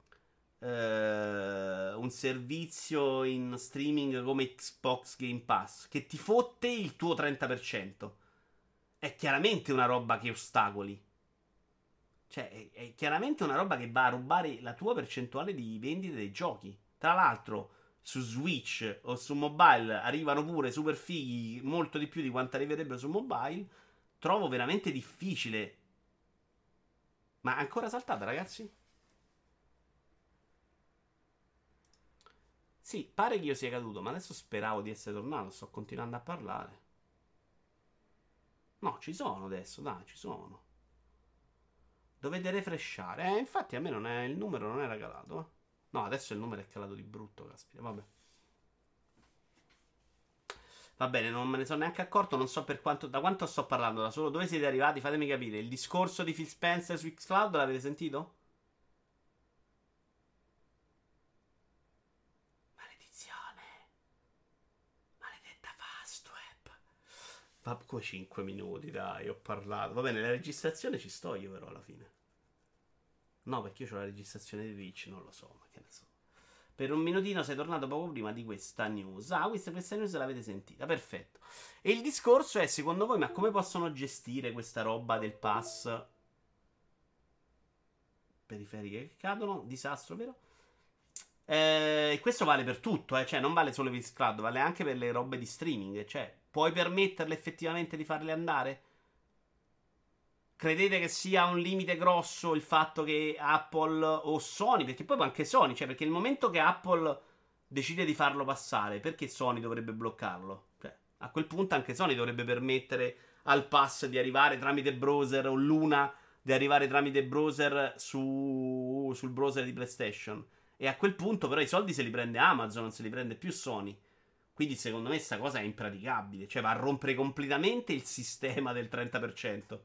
eh, un servizio in streaming come Xbox Game Pass che ti fotte il tuo trenta per cento. È chiaramente una roba che ostacoli. Cioè, è, è chiaramente una roba che va a rubare la tua percentuale di vendita dei giochi. Tra l'altro su Switch o su mobile arrivano pure super fighi, molto di più di quanto arriverebbero su mobile. Trovo veramente difficile. Ma ancora saltata, ragazzi? Sì, pare che io sia caduto, ma adesso speravo di essere tornato. Sto continuando a parlare. No, ci sono adesso, dai, ci sono. Dovete refreshare. Eh, infatti a me non è, il numero non era calato. Eh. No, adesso il numero è calato di brutto, caspita, vabbè. Va bene, non me ne sono neanche accorto, non so per quanto, da quanto sto parlando, da solo dove siete arrivati, fatemi capire. Il discorso di Phil Spencer su Xcloud l'avete sentito? Maledizione. Maledetta Fastweb. Va come cinque minuti, dai, ho parlato. Va bene, la registrazione ci sto io però alla fine. No, perché io ho la registrazione di Twitch, non lo so, ma che ne so. Per un minutino sei tornato poco prima di questa news. Ah, questa, questa news l'avete sentita, perfetto. E il discorso è, secondo voi, ma come possono gestire questa roba del pass? Periferiche che cadono, disastro, vero? E questo vale per tutto, eh? Cioè non vale solo per Xcloud, vale anche per le robe di streaming. Cioè, puoi permetterle effettivamente di farle andare? Credete che sia un limite grosso il fatto che Apple o Sony, perché poi anche Sony, cioè perché il momento che Apple decide di farlo passare, perché Sony dovrebbe bloccarlo? Cioè, a quel punto anche Sony dovrebbe permettere al pass di arrivare tramite browser o Luna di arrivare tramite browser su, sul browser di PlayStation. E a quel punto però i soldi se li prende Amazon, non se li prende più Sony. Quindi secondo me questa cosa è impraticabile, cioè va a rompere completamente il sistema del trenta per cento.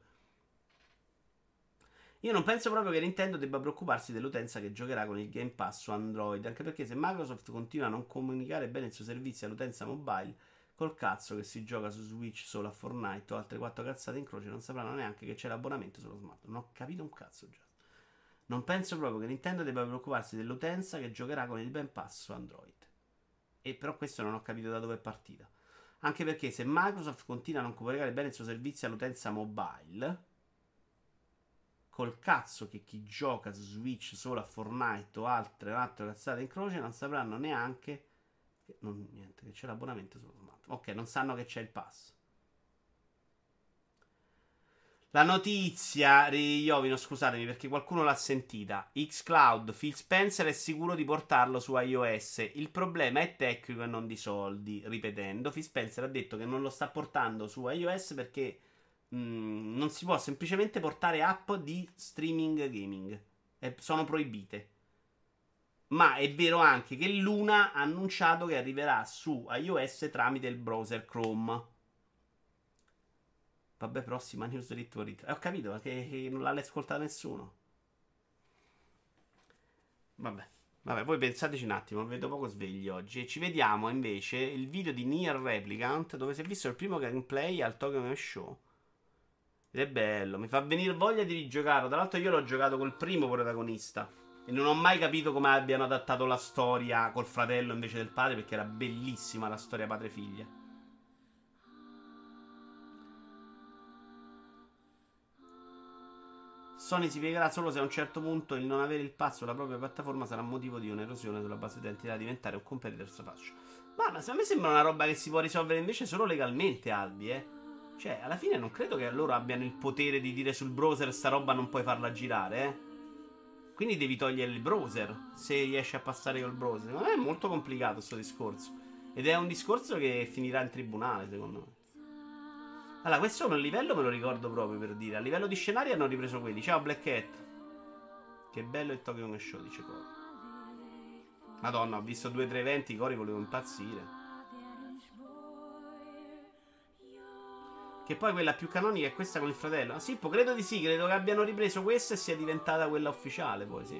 Io non penso proprio che Nintendo debba preoccuparsi dell'utenza che giocherà con il Game Pass su Android, anche perché se Microsoft continua a non comunicare bene il suo servizio all'utenza mobile, col cazzo che si gioca su Switch solo a Fortnite o altre quattro cazzate in croce, non sapranno neanche che c'è l'abbonamento sullo smartphone. Non ho capito un cazzo già. Non penso proprio che Nintendo debba preoccuparsi dell'utenza che giocherà con il Game Pass su Android. E però questo non ho capito da dove è partita. Anche perché se Microsoft continua a non comunicare bene il suo servizio all'utenza mobile, col cazzo che chi gioca su Switch solo a Fortnite o altre, altre cazzate in croce non sapranno neanche che, non, niente, che c'è l'abbonamento sullo smartphone. Ok, non sanno che c'è il pass. La notizia, Iovino, scusatemi perché qualcuno l'ha sentita. xCloud, Phil Spencer è sicuro di portarlo su iOS. Il problema è tecnico e non di soldi. Ripetendo, Phil Spencer ha detto che non lo sta portando su iOS perché mh, non si può semplicemente portare app di streaming gaming. E sono proibite. Ma è vero anche che Luna ha annunciato che arriverà su iOS tramite il browser Chrome. Vabbè, prossima news rit. Eh, ho capito, perché che non l'ha ascoltata nessuno. Vabbè. Vabbè, voi pensateci un attimo, vedo poco svegli oggi. E ci vediamo invece il video di Nier Replicant, dove si è visto il primo gameplay al Tokyo Game Show. Ed è bello, mi fa venire voglia di rigiocarlo. Tra l'altro io l'ho giocato col primo protagonista. E non ho mai capito come abbiano adattato la storia col fratello invece del padre, perché era bellissima la storia padre-figlia. Sony si piegherà solo se a un certo punto il non avere il pass sulla propria piattaforma sarà motivo di un'erosione sulla base di identità, diventare un competitor fascio. Ma, ma a me sembra una roba che si può risolvere invece solo legalmente, Albi, eh. Cioè, alla fine non credo che loro abbiano il potere di dire sul browser sta roba non puoi farla girare, eh. Quindi devi togliere il browser se riesci a passare col browser. Ma è molto complicato questo discorso. Ed è un discorso che finirà in tribunale, secondo me. Allora, questo è un livello, me lo ricordo proprio per dire. A livello di scenari hanno ripreso quelli. Ciao Black Cat. Che bello il Tokyo Game Show, dice Cori. Madonna, ho visto due o tre eventi, Cori volevo impazzire. Che poi quella più canonica è questa con il fratello. Ah, sì, credo di sì, credo che abbiano ripreso questa e sia diventata quella ufficiale, poi sì.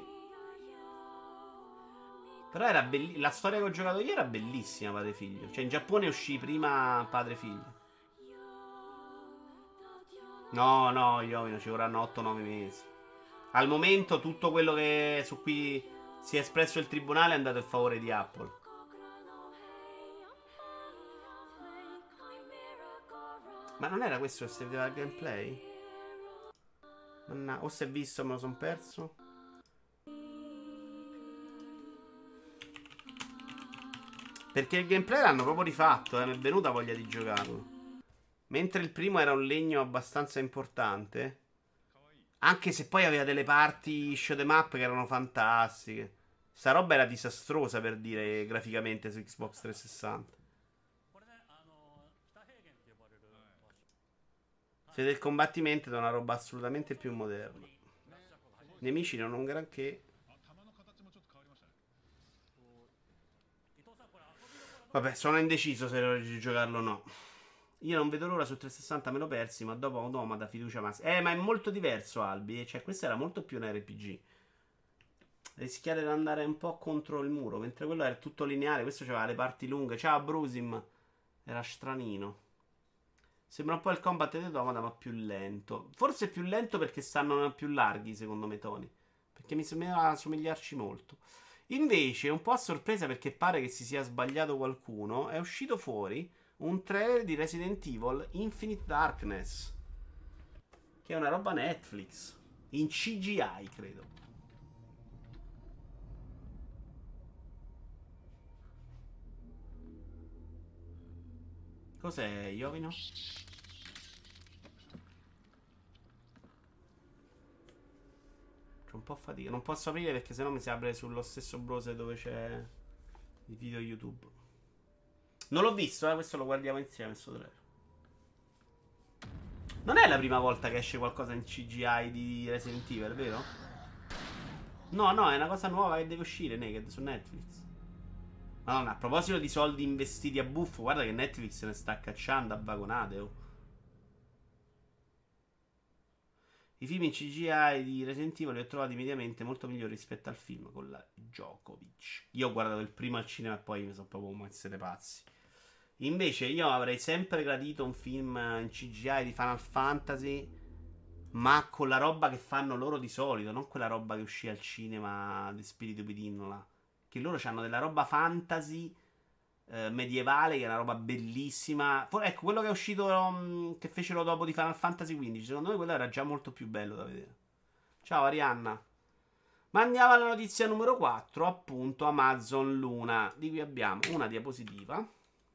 Però era bellissima. La storia che ho giocato io era bellissima, padre figlio. Cioè, in Giappone uscì prima padre figlio. No, no, Iovino, ci vorranno otto nove mesi. Al momento tutto quello che su cui si è espresso il tribunale è andato in favore di Apple. Ma non era questo che si vedeva il gameplay? Manna- o se è visto me lo son perso. Perché il gameplay l'hanno proprio rifatto, eh, mi è venuta voglia di giocarlo. Mentre il primo era un legno abbastanza importante. Anche se poi aveva delle parti show them up che erano fantastiche. Sta roba era disastrosa per dire graficamente su Xbox trecentosessanta. Se del combattimento è una roba assolutamente più moderna. I nemici non un granché. Vabbè, sono indeciso se ero di giocarlo o no. Io non vedo l'ora su trecentosessanta, me lo persi, ma dopo Automata fiducia massima. Eh, ma è molto diverso, Albi. Cioè, questo era molto più un R P G. Rischiare di andare un po' contro il muro, mentre quello era tutto lineare. Questo aveva le parti lunghe. Ciao, Brusim. Era stranino. Sembra un po' il combat di Automata, ma più lento. Forse più lento perché stanno più larghi, secondo me, Tony. Perché mi sembrava somigliarci molto. Invece, un po' a sorpresa perché pare che si sia sbagliato qualcuno, è uscito fuori un trailer di Resident Evil Infinite Darkness, che è una roba Netflix, in C G I, credo. Cos'è, Iovino? po' fatica. Non posso aprire perché sennò mi si apre sullo stesso browser dove c'è il video YouTube. Non l'ho visto, eh, questo lo guardiamo insieme, sto trailer. Non è la prima volta che esce qualcosa in C G I di Resident Evil, vero? No, no, è una cosa nuova che deve uscire, Naked, su Netflix. Madonna, a proposito di soldi investiti a buffo, guarda che Netflix se ne sta cacciando a vagonate, oh. I film in C G I di Resident Evil li ho trovati mediamente molto migliori rispetto al film con la Djokovic. Io ho guardato il primo al cinema e poi mi sono proprio come essere pazzi. Invece io avrei sempre gradito un film in C G I di Final Fantasy, ma con la roba che fanno loro di solito, non quella roba che uscì al cinema di Spirito Within là. Che loro hanno della roba fantasy eh, medievale, che è una roba bellissima. For- ecco, quello che è uscito, um, che fecero dopo di Final Fantasy quindici, secondo me quello era già molto più bello da vedere. Ciao Arianna. Ma andiamo alla notizia numero quattro, appunto Amazon Luna, di cui abbiamo una diapositiva.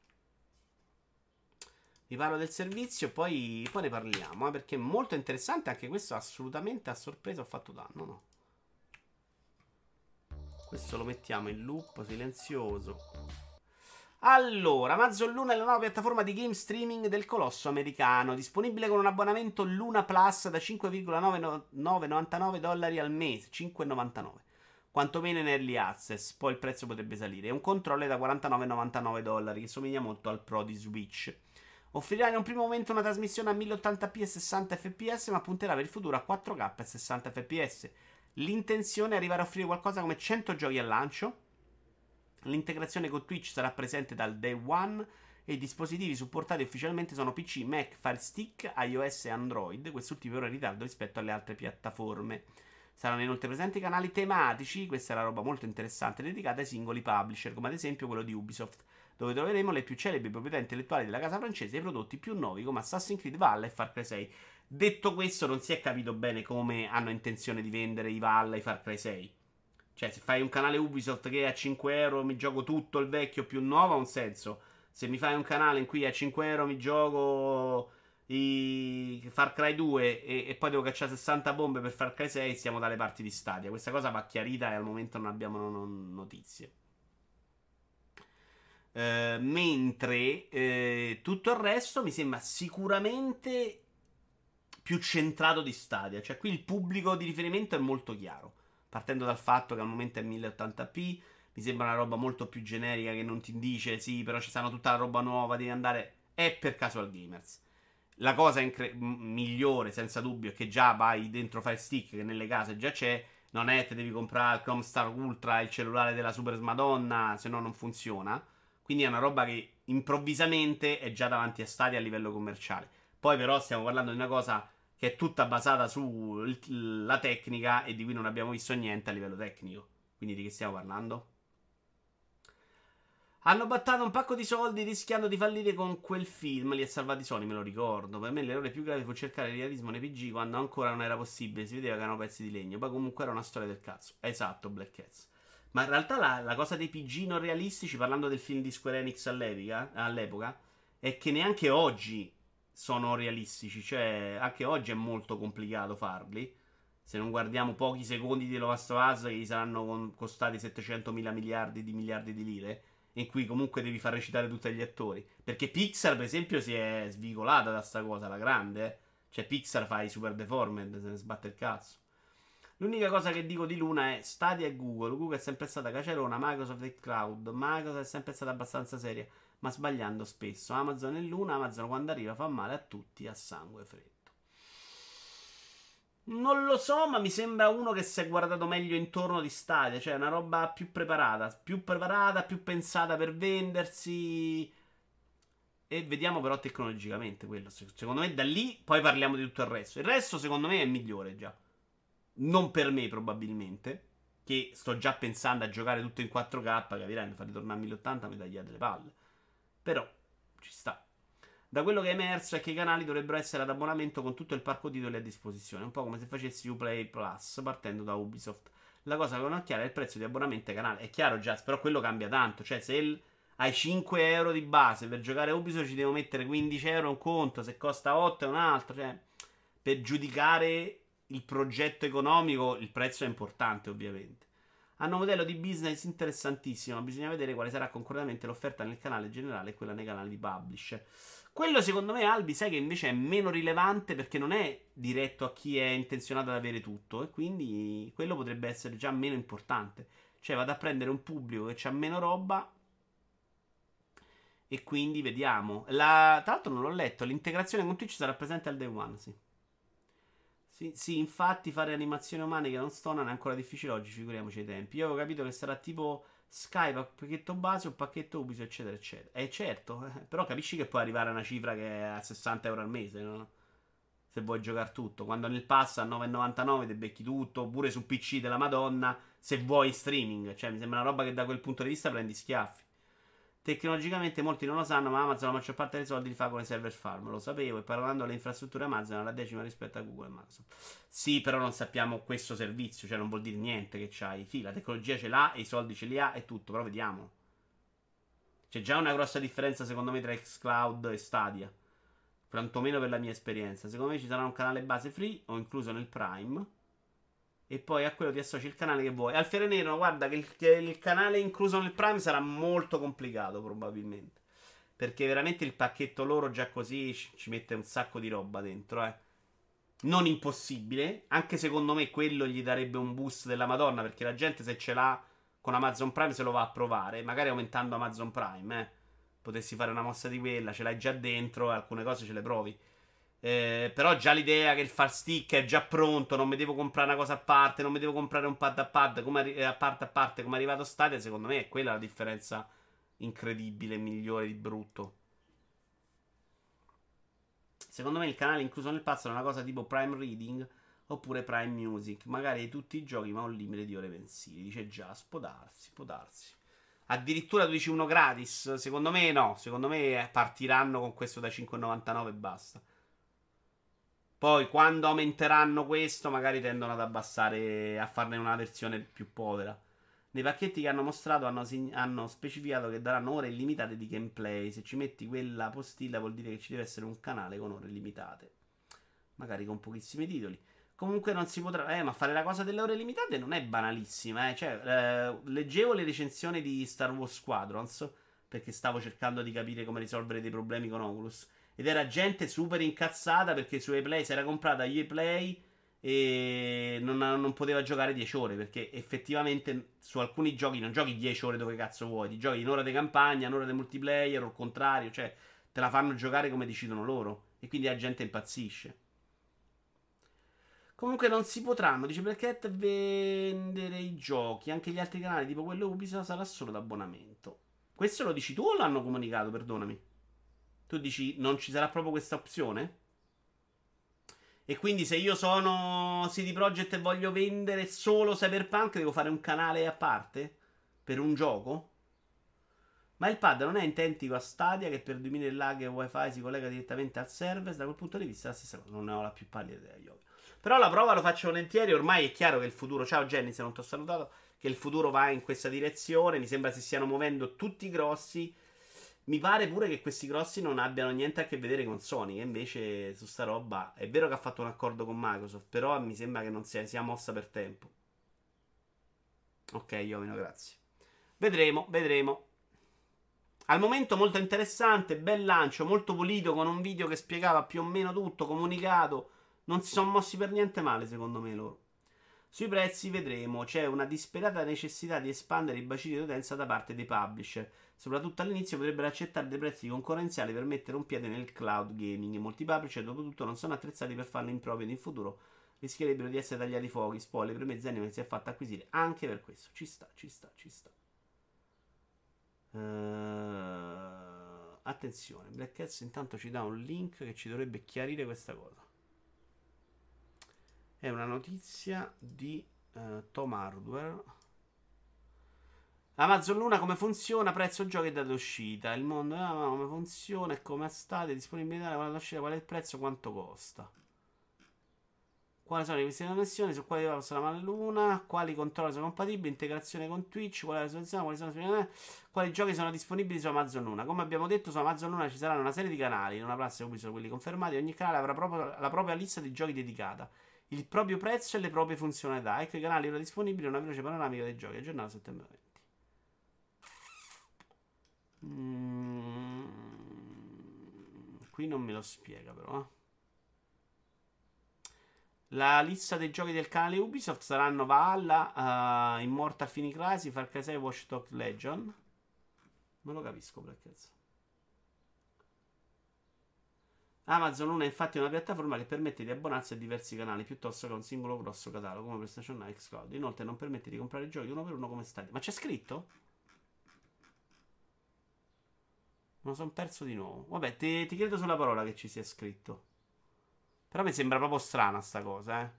Vi parlo del servizio e poi, poi ne parliamo, eh, perché è molto interessante. Anche questo assolutamente a sorpresa ho fatto danno, no? Questo lo mettiamo in loop silenzioso. Allora, Amazon Luna è la nuova piattaforma di game streaming del colosso americano, disponibile con un abbonamento Luna Plus da cinque virgola novecentonovantanove dollari al mese, cinque virgola novantanove. Quantomeno in early access, poi il prezzo potrebbe salire. E un controller da quarantanove virgola novantanove dollari, che somiglia molto al Pro di Switch. Offrirà in un primo momento una trasmissione a mille ottanta p e sessanta f p s, ma punterà per il futuro a quattro K e sessanta f p s. L'intenzione è arrivare a offrire qualcosa come cento giochi al lancio. L'integrazione con Twitch sarà presente dal day one e i dispositivi supportati ufficialmente sono P C, Mac, Fire Stick, iOS e Android, quest'ultimo però in ritardo rispetto alle altre piattaforme. Saranno inoltre presenti canali tematici, questa è una roba molto interessante, dedicata ai singoli publisher, come ad esempio quello di Ubisoft, dove troveremo le più celebri proprietà intellettuali della casa francese e i prodotti più nuovi come Assassin's Creed Valhalla e Far Cry sei. Detto questo, non si è capito bene come hanno intenzione di vendere i Valhalla e i Far Cry sei. Cioè, se fai un canale Ubisoft che a cinque euro mi gioco tutto il vecchio più nuovo, ha un senso. Se mi fai un canale in cui a cinque euro mi gioco i Far Cry due e, e poi devo cacciare sessanta bombe per Far Cry sei, stiamo dalle parti di Stadia. Questa cosa va chiarita e al momento non abbiamo non notizie. Uh, mentre uh, tutto il resto mi sembra sicuramente più centrato di Stadia. Cioè qui il pubblico di riferimento è molto chiaro, partendo dal fatto che al momento è mille ottanta p. Mi sembra una roba molto più generica che non ti dice sì, però ci stanno tutta la roba nuova, devi andare. È per casual gamers. La cosa incre- migliore senza dubbio è che già vai dentro Fire Stick, che nelle case già c'è. Non è che devi comprare il Chrome Star Ultra, il cellulare della Super Madonna, se no non funziona. Quindi è una roba che improvvisamente è già davanti a Stadia a livello commerciale. Poi però stiamo parlando di una cosa che è tutta basata sulla tecnica e di cui non abbiamo visto niente a livello tecnico. Quindi di che stiamo parlando? Hanno battato un pacco di soldi rischiando di fallire con quel film. Li ha salvati Sony, me lo ricordo. Per me l'errore più grave fu cercare il realismo nei P G quando ancora non era possibile. Si vedeva che erano pezzi di legno. Poi comunque era una storia del cazzo. Esatto, Black Cats. Ma in realtà la, la cosa dei P G non realistici, parlando del film di Square Enix all'epoca, all'epoca, è che neanche oggi sono realistici. Cioè, anche oggi è molto complicato farli. Se non guardiamo pochi secondi di Last of Us, che gli saranno con, costati settecentomila miliardi di miliardi di lire, in cui comunque devi far recitare tutti gli attori. Perché Pixar, per esempio, si è svicolata da sta cosa, la grande. Eh? Cioè, Pixar fa i super deformed, se ne sbatte il cazzo. L'unica cosa che dico di Luna è Stadia e Google. Google è sempre stata cacerona, Microsoft e Cloud. Microsoft è sempre stata abbastanza seria, ma sbagliando spesso. Amazon e Luna, Amazon quando arriva fa male a tutti a sangue freddo. Non lo so, ma mi sembra uno che si è guardato meglio intorno di Stadia. Cioè una roba più preparata. Più preparata, più pensata per vendersi. E vediamo però tecnologicamente quello. Secondo me da lì poi parliamo di tutto il resto. Il resto secondo me è migliore già. Non per me probabilmente, che sto già pensando a giocare tutto in quattro K, capirai, mi fa ritornare a mille ottanta, mi tagliate le palle. Però ci sta. Da quello che è emerso è che i canali dovrebbero essere ad abbonamento con tutto il parco titoli a disposizione, un po' come se facessi Uplay Plus partendo da Ubisoft. La cosa che non è chiara è il prezzo di abbonamento ai canali. È chiaro già, però quello cambia tanto. Cioè se il, hai cinque euro di base per giocare a Ubisoft ci devo mettere quindici euro un conto, se costa otto è un altro. Cioè per giudicare il progetto economico, il prezzo è importante, ovviamente. Hanno un modello di business interessantissimo, ma bisogna vedere quale sarà concretamente l'offerta nel canale generale e quella nei canali di publisher. Quello secondo me, Albi, sai che invece è meno rilevante perché non è diretto a chi è intenzionato ad avere tutto e quindi quello potrebbe essere già meno importante. Cioè vado a prendere un pubblico che ha meno roba e quindi vediamo. La... Tra l'altro non l'ho letto, l'integrazione con Twitch sarà presente al day one, sì. Sì, sì, infatti fare animazioni umane che non stonano è ancora difficile oggi, figuriamoci ai tempi. Io avevo capito che sarà tipo Skype, pacchetto base o pacchetto Ubisoft, eccetera, eccetera. E certo, eh, però capisci che può arrivare a una cifra che è a sessanta euro al mese, no? Se vuoi giocare tutto. Quando nel pass a nove e novantanove ti becchi tutto, oppure su P C della Madonna, se vuoi streaming. Cioè, mi sembra una roba che da quel punto di vista prendi schiaffi. Tecnologicamente molti non lo sanno, ma Amazon la maggior parte dei soldi li fa con i server farm. Lo sapevo, e parlando alle infrastrutture Amazon è la decima rispetto a Google e Microsoft. Sì, però non sappiamo questo servizio, cioè non vuol dire niente che c'hai. Sì, la tecnologia ce l'ha, e i soldi ce li ha e tutto, però vediamo. C'è già una grossa differenza secondo me tra xCloud e Stadia. Quantomeno per la mia esperienza. Secondo me ci sarà un canale base free o incluso nel Prime. E poi a quello ti associ il canale che vuoi. Alfiere Nero, guarda che il, che il canale incluso nel Prime sarà molto complicato probabilmente. Perché veramente il pacchetto loro già così ci, ci mette un sacco di roba dentro, eh. Non impossibile. Anche secondo me quello gli darebbe un boost della Madonna. Perché la gente se ce l'ha con Amazon Prime se lo va a provare. Magari aumentando Amazon Prime, eh. Potessi fare una mossa di quella, ce l'hai già dentro e alcune cose ce le provi. Eh, però già l'idea che il Fire Stick è già pronto, non mi devo comprare una cosa a parte, non mi devo comprare un pad a pad come arri- a parte a parte come è arrivato Stadia, secondo me è quella la differenza incredibile, migliore di brutto. Secondo me il canale incluso nel pass è una cosa tipo Prime Reading oppure Prime Music, magari tutti i giochi ma un limite di ore mensili. Dice già, può darsi, può darsi. Addirittura tu dici uno gratis? Secondo me no, secondo me partiranno con questo da cinque e novantanove e basta. Poi quando aumenteranno questo, magari tendono ad abbassare, a farne una versione più povera. Nei pacchetti che hanno mostrato hanno, sign- hanno specificato che daranno ore illimitate di gameplay. Se ci metti quella postilla vuol dire che ci deve essere un canale con ore limitate. Magari con pochissimi titoli. Comunque non si potrà... Eh, ma fare la cosa delle ore limitate non è banalissima, eh. Cioè, eh, leggevo le recensioni di Star Wars Squadrons, perché stavo cercando di capire come risolvere dei problemi con Oculus. Ed era gente super incazzata perché su Play si era comprata gli Play e non, non poteva giocare dieci ore. Perché effettivamente su alcuni giochi non giochi dieci ore dove cazzo vuoi. Ti giochi un'ora di campagna, un'ora di multiplayer o il contrario. Cioè, te la fanno giocare come decidono loro. E quindi la gente impazzisce. Comunque non si potranno, dice Blackhat, vendere i giochi. Anche gli altri canali, tipo quello Ubisoft, sarà solo d'abbonamento. Questo lo dici tu o l'hanno comunicato? Perdonami. Tu dici non ci sarà proprio questa opzione? E quindi se io sono C D Projekt e voglio vendere solo Cyberpunk, devo fare un canale a parte? Per un gioco? Ma il pad non è identico a Stadia che per duemila lag e wifi si collega direttamente al server. Da quel punto di vista è la stessa cosa. Non ne ho la più pallida idea io. Però la prova lo faccio volentieri. Ormai è chiaro che il futuro... Ciao Jenny, se non ti ho salutato. Che il futuro va in questa direzione. Mi sembra si stiano muovendo tutti i grossi. Mi pare pure che questi grossi non abbiano niente a che vedere con Sony. Che invece su sta roba... È vero che ha fatto un accordo con Microsoft. Però mi sembra che non sia, sia mossa per tempo. Ok, Iovino, grazie. Vedremo, vedremo. Al momento molto interessante, bel lancio, molto pulito, con un video che spiegava più o meno tutto, comunicato. Non si sono mossi per niente male, secondo me loro. Sui prezzi vedremo, c'è una disperata necessità di espandere i bacini di utenza da parte dei publisher. Soprattutto all'inizio potrebbero accettare dei prezzi concorrenziali per mettere un piede nel cloud gaming. Molti publisher, dopotutto, non sono attrezzati per farlo in proprio ed in futuro rischierebbero di essere tagliati fuochi, spoiler, per mezzi anni che si è fatto acquisire. Anche per questo, ci sta, ci sta, ci sta. Uh, attenzione, Black Cats intanto ci dà un link che ci dovrebbe chiarire questa cosa. È una notizia di uh, Tom Hardware. Amazon Luna come funziona, prezzo giochi e data d'uscita. Il mondo ah, come funziona e come state, disponibilità, quando uscita, qual è il prezzo, quanto costa. Quali sono le questioni di connessione, su quali posso la Luna, quali controlli sono compatibili, integrazione con Twitch, qual è la soluzione, quali sono quali giochi sono disponibili su Amazon Luna. Come abbiamo detto, su Amazon Luna ci saranno una serie di canali, in una classe Ubisoft quelli confermati, ogni canale avrà proprio la propria lista di giochi dedicata il proprio prezzo e le proprie funzionalità. Ecco i canali ora disponibili, una veloce panoramica dei giochi, aggiornato settembre venti. Mm, qui non me lo spiega però. Eh. La lista dei giochi del canale Ubisoft saranno Valhalla, uh, Immortal Phoenix Rising, Far Cry sei, Watch Dogs Legion. Non lo capisco per cazzo. Amazon uno è infatti una piattaforma che permette di abbonarsi a diversi canali piuttosto che a un singolo grosso catalogo come PlayStation Now e Xcloud. Inoltre non permette di comprare giochi uno per uno come Stadia. Ma c'è scritto? Me lo sono perso di nuovo. Vabbè, ti, ti credo sulla parola che ci sia scritto. Però mi sembra proprio strana sta cosa, eh.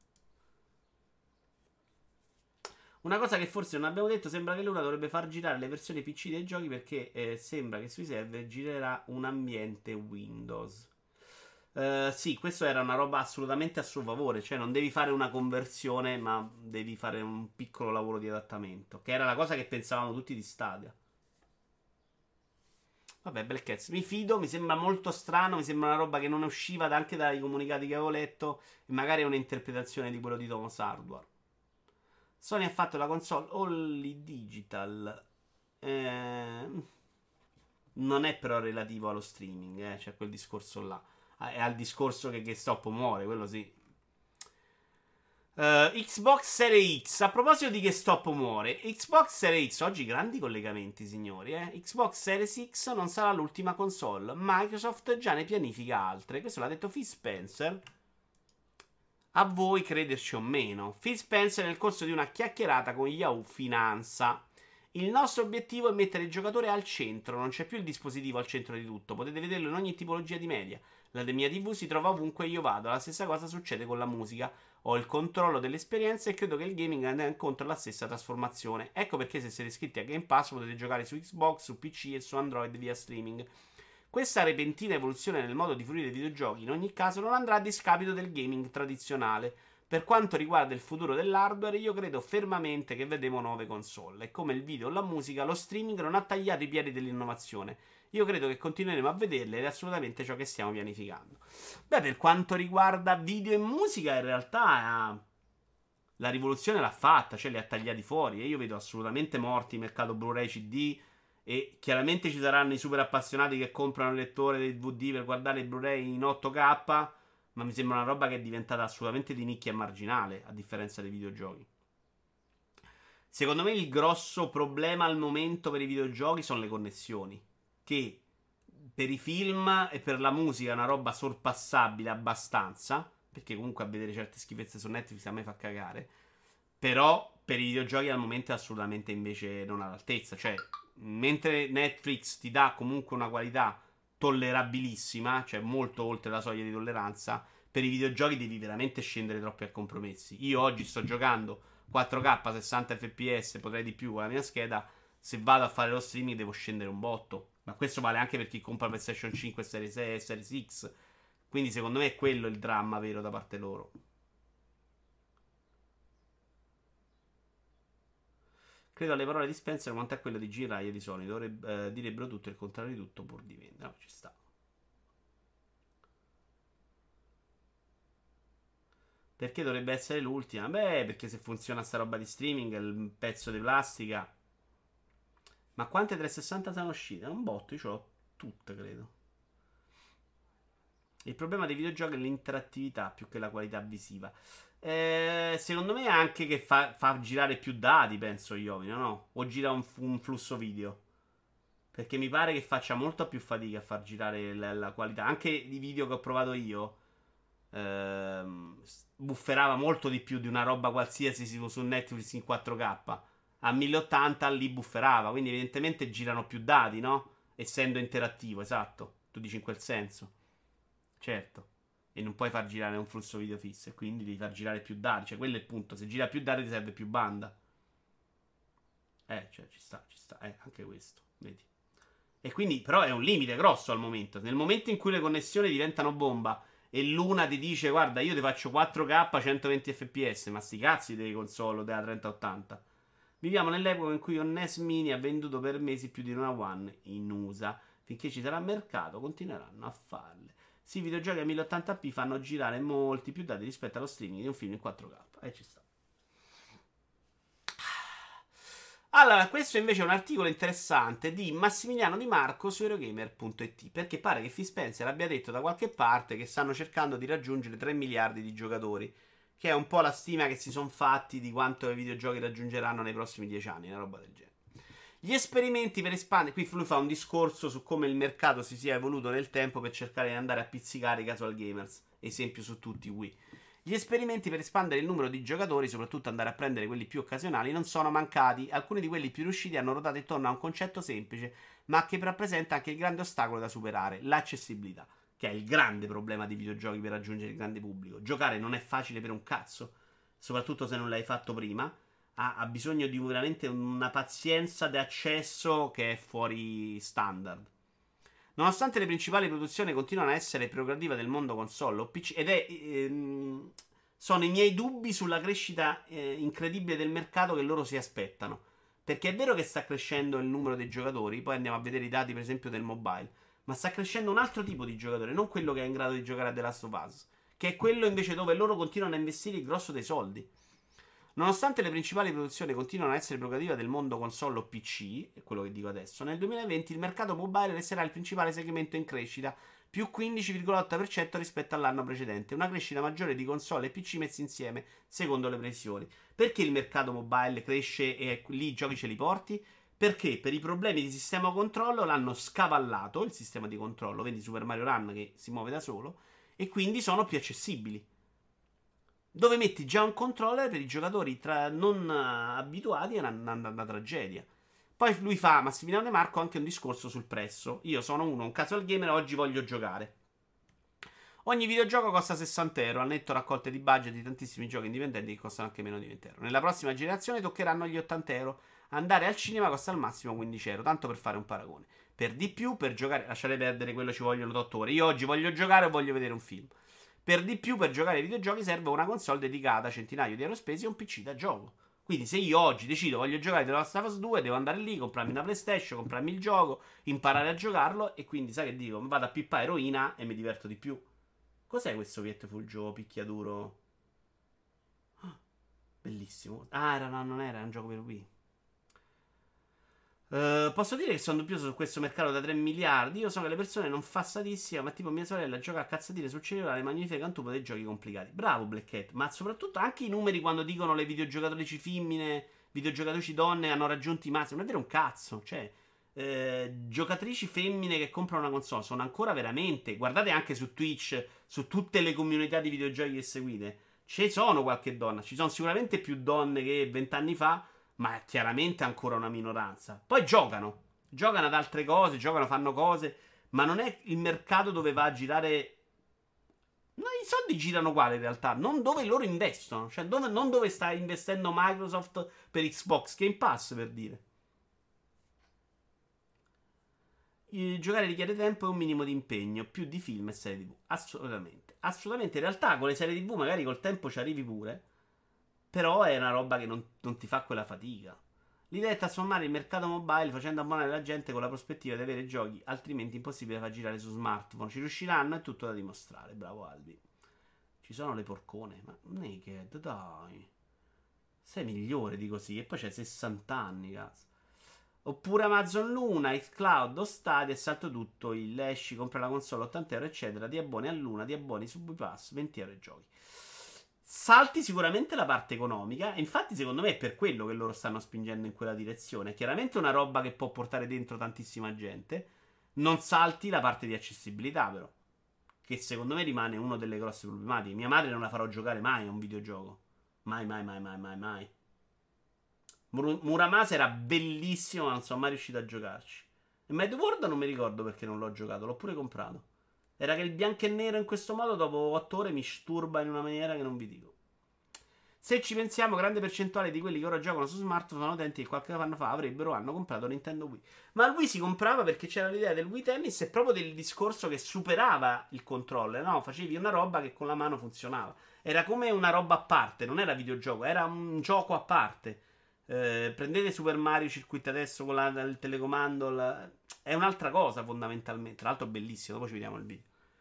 Una cosa che forse non abbiamo detto, sembra che Luna dovrebbe far girare le versioni P C dei giochi perché eh, sembra che sui server girerà un ambiente Windows. Uh, sì, questo era una roba assolutamente a suo favore, cioè non devi fare una conversione, ma devi fare un piccolo lavoro di adattamento, che era la cosa che pensavamo tutti di Stadia. Vabbè, Black Cats, mi fido, mi sembra molto strano, mi sembra una roba che non usciva anche dai comunicati che avevo letto e magari è un'interpretazione di quello di Thomas Hardware. Sony ha fatto la console Only Digital. Eh, non è però relativo allo streaming, eh, cioè quel discorso là. Ah, è al discorso che GameStop muore, quello sì. Uh, Xbox Series X. A proposito di GameStop muore, Xbox Series X. Oggi grandi collegamenti, signori. Eh? Xbox Series X non sarà l'ultima console. Microsoft già ne pianifica altre. Questo l'ha detto Phil Spencer. A voi crederci o meno. Phil Spencer nel corso di una chiacchierata con Yahoo Finanza. Il nostro obiettivo è mettere il giocatore al centro. Non c'è più il dispositivo al centro di tutto. Potete vederlo in ogni tipologia di media. La mia tivù si trova ovunque io vado. La stessa cosa succede con la musica. Ho il controllo dell'esperienza e credo che il gaming andrà incontro alla stessa trasformazione. Ecco perché se siete iscritti a Game Pass potete giocare su Xbox, su P C e su Android via streaming. Questa repentina evoluzione nel modo di fruire i videogiochi in ogni caso non andrà a discapito del gaming tradizionale. Per quanto riguarda il futuro dell'hardware, io credo fermamente che vedremo nuove console. E come il video o la musica, lo streaming non ha tagliato i piedi dell'innovazione. Io credo che continueremo a vederle ed è assolutamente ciò che stiamo pianificando. Beh, per quanto riguarda video e musica, in realtà eh, la rivoluzione l'ha fatta, cioè li ha tagliati fuori. E io vedo assolutamente morti il mercato Blu-ray C D. E chiaramente ci saranno i super appassionati che comprano il lettore del D V D per guardare il Blu-ray in otto K. Ma mi sembra una roba che è diventata assolutamente di nicchia e marginale, a differenza dei videogiochi. Secondo me il grosso problema al momento per i videogiochi sono le connessioni. Che per i film e per la musica è una roba sorpassabile abbastanza. Perché comunque a vedere certe schifezze su Netflix a me fa cagare. Però per i videogiochi al momento è assolutamente invece non all'altezza. Cioè, mentre Netflix ti dà comunque una qualità tollerabilissima, cioè molto oltre la soglia di tolleranza, per i videogiochi devi veramente scendere troppi a compromessi. Io oggi sto giocando quattro K, sessanta F P S, potrei di più con la mia scheda. Se vado a fare lo streaming devo scendere un botto. Ma questo vale anche per chi compra PlayStation cinque Series e Series X. Quindi secondo me è quello il dramma vero da parte loro. Credo alle parole di Spencer quanto a quelle di Girai e di Sony. Dovrebbe, eh, direbbero tutto il contrario di tutto pur di vendere. No, ci sta. Perché dovrebbe essere l'ultima? Beh, perché se funziona sta roba di streaming, il pezzo di plastica. Ma quante trecentosessanta sono uscite? Un botto, io ce l'ho tutte, credo. Il problema dei videogiochi è l'interattività più che la qualità visiva. Eh, secondo me è anche che fa, fa girare più dati, penso io, no? O gira un, un flusso video. Perché mi pare che faccia molto più fatica a far girare la, la qualità. Anche i video che ho provato io ehm, bufferava molto di più di una roba qualsiasi su Netflix in quattro K. A mille ottanta lì bufferava. Quindi evidentemente girano più dati, no? Essendo interattivo, esatto. Tu dici in quel senso. Certo. E non puoi far girare un flusso video fisso. E quindi devi far girare più dati. Cioè, quello è il punto. Se gira più dati ti serve più banda. Eh, cioè, ci sta, ci sta. Eh, anche questo. Vedi. E quindi, però, è un limite grosso al momento. Nel momento in cui le connessioni diventano bomba e l'una ti dice, guarda, io ti faccio quattro K centoventi F P S, ma sti cazzi dei console della trenta ottanta. Viviamo nell'epoca in cui un N E S Mini ha venduto per mesi più di una One in U S A. Finché ci sarà mercato, continueranno a farle. Sì, i videogiochi a mille ottanta p fanno girare molti più dati rispetto allo streaming di un film in quattro K. E ci sta. Allora, questo invece è un articolo interessante di Massimiliano Di Marco su Eurogamer punto it, perché pare che Phil Spencer abbia detto da qualche parte che stanno cercando di raggiungere tre miliardi di giocatori, che è un po' la stima che si sono fatti di quanto i videogiochi raggiungeranno nei prossimi dieci anni, una roba del genere. Gli esperimenti per espandere, qui lui fa un discorso su come il mercato si sia evoluto nel tempo per cercare di andare a pizzicare i casual gamers, esempio su tutti Wii. Gli esperimenti per espandere il numero di giocatori, soprattutto andare a prendere quelli più occasionali, non sono mancati. Alcuni di quelli più riusciti hanno ruotato intorno a un concetto semplice, ma che rappresenta anche il grande ostacolo da superare: l'accessibilità, che è il grande problema dei videogiochi per raggiungere il grande pubblico. Giocare non è facile per un cazzo, soprattutto se non l'hai fatto prima. Ha, ha bisogno di veramente una pazienza di accesso che è fuori standard. Nonostante le principali produzioni continuano a essere prerogativa del mondo console o P C, ed è ehm, sono i miei dubbi sulla crescita eh, incredibile del mercato che loro si aspettano. Perché è vero che sta crescendo il numero dei giocatori, poi andiamo a vedere i dati per esempio del mobile, ma sta crescendo un altro tipo di giocatore, non quello che è in grado di giocare a The Last of Us, che è quello invece dove loro continuano a investire il grosso dei soldi. Nonostante le principali produzioni continuano a essere prerogativa del mondo console o P C, è quello che dico adesso, nel duemilaventi il mercato mobile resterà il principale segmento in crescita, più quindici virgola otto per cento rispetto all'anno precedente, una crescita maggiore di console e P C messi insieme, secondo le previsioni. Perché il mercato mobile cresce e lì i giochi ce li porti? Perché per i problemi di sistema controllo l'hanno scavallato, il sistema di controllo, vedi Super Mario Run che si muove da solo, e quindi sono più accessibili. Dove metti già un controller per i giocatori tra non uh, abituati è una, una, una tragedia. Poi lui fa, Massimiliano De Marco, anche un discorso sul prezzo. Io sono uno, un casual gamer, oggi voglio giocare. Ogni videogioco costa sessanta euro, al netto raccolte di budget di tantissimi giochi indipendenti che costano anche meno di venti euro. Nella prossima generazione toccheranno gli ottanta euro. Andare al cinema costa al massimo quindici euro, tanto per fare un paragone. Per di più, per giocare, lasciate perdere quello ci vogliono otto ore. Io oggi voglio giocare o voglio vedere un film. Per di più, per giocare ai videogiochi serve una console dedicata, centinaio di euro spesi e un P C da gioco. Quindi se io oggi decido voglio giocare The Last of Us due, devo andare lì, comprarmi una PlayStation, comprarmi il gioco, imparare a giocarlo e quindi sai che dico, mi vado a pippare eroina e mi diverto di più. Cos'è questo Vietful Joe picchiaduro? Ah, bellissimo. Ah, era, no, non era, era un gioco per Wii. Uh, posso dire che sono dubbioso su questo mercato da tre miliardi. Io so che le persone non fa statistica, ma tipo mia sorella gioca a cazzatire sul cellulare e magnifica un tubo dei giochi complicati. Bravo Black Cat, ma soprattutto anche i numeri quando dicono le videogiocatrici femmine, videogiocatrici donne hanno raggiunto i massimi. Non è vero un cazzo, cioè eh, giocatrici femmine che comprano una console sono ancora veramente. Guardate anche su Twitch, su tutte le comunità di videogiochi che seguite. Ci sono qualche donna, ci sono sicuramente più donne che vent'anni fa, ma è chiaramente ancora una minoranza. Poi giocano, giocano ad altre cose, giocano, fanno cose, ma non è il mercato dove va a girare. No, i soldi girano uguali in realtà, non dove loro investono, cioè dove, non dove sta investendo Microsoft per Xbox Game Pass, per dire. Il giocare richiede tempo e un minimo di impegno, più di film e serie T V. Assolutamente. Assolutamente, in realtà con le serie T V magari col tempo ci arrivi pure. Però è una roba che non, non ti fa quella fatica. L'idea è trasformare il mercato mobile facendo abbonare la gente con la prospettiva di avere giochi altrimenti impossibili da far girare su smartphone. Ci riusciranno, è tutto da dimostrare. Bravo Albi. Ci sono le porcone. Ma Naked, dai. Sei migliore di così. E poi c'hai sessanta anni, cazzo. Oppure Amazon Luna, xCloud o Stadia e salto tutto. Il esci, compra la console ottanta euro, eccetera. Ti abboni a Luna, ti abboni su Pass, venti euro e giochi. Salti sicuramente la parte economica. E infatti, secondo me, è per quello che loro stanno spingendo in quella direzione. È chiaramente una roba che può portare dentro tantissima gente. Non salti la parte di accessibilità, però. Che secondo me rimane una delle grosse problematiche. Mia madre non la farò giocare mai a un videogioco. Mai, mai, mai, mai, mai, mai. Mur- Muramasa era bellissimo, ma non sono mai riuscito a giocarci. E Mad World non mi ricordo perché non l'ho giocato, l'ho pure comprato. Era che il bianco e nero in questo modo dopo otto ore mi sturba in una maniera che non vi dico. Se ci pensiamo, grande percentuale di quelli che ora giocano su smartphone sono utenti che qualche anno fa avrebbero hanno comprato Nintendo Wii. Ma il Wii si comprava perché c'era l'idea del Wii Tennis e proprio del discorso che superava il controller, no? Facevi una roba che con la mano funzionava. Era come una roba a parte, non era videogioco, era un gioco a parte. Eh, prendete Super Mario Circuit adesso con la, il telecomando, la... è un'altra cosa fondamentalmente. Tra l'altro bellissimo, dopo ci vediamo il video.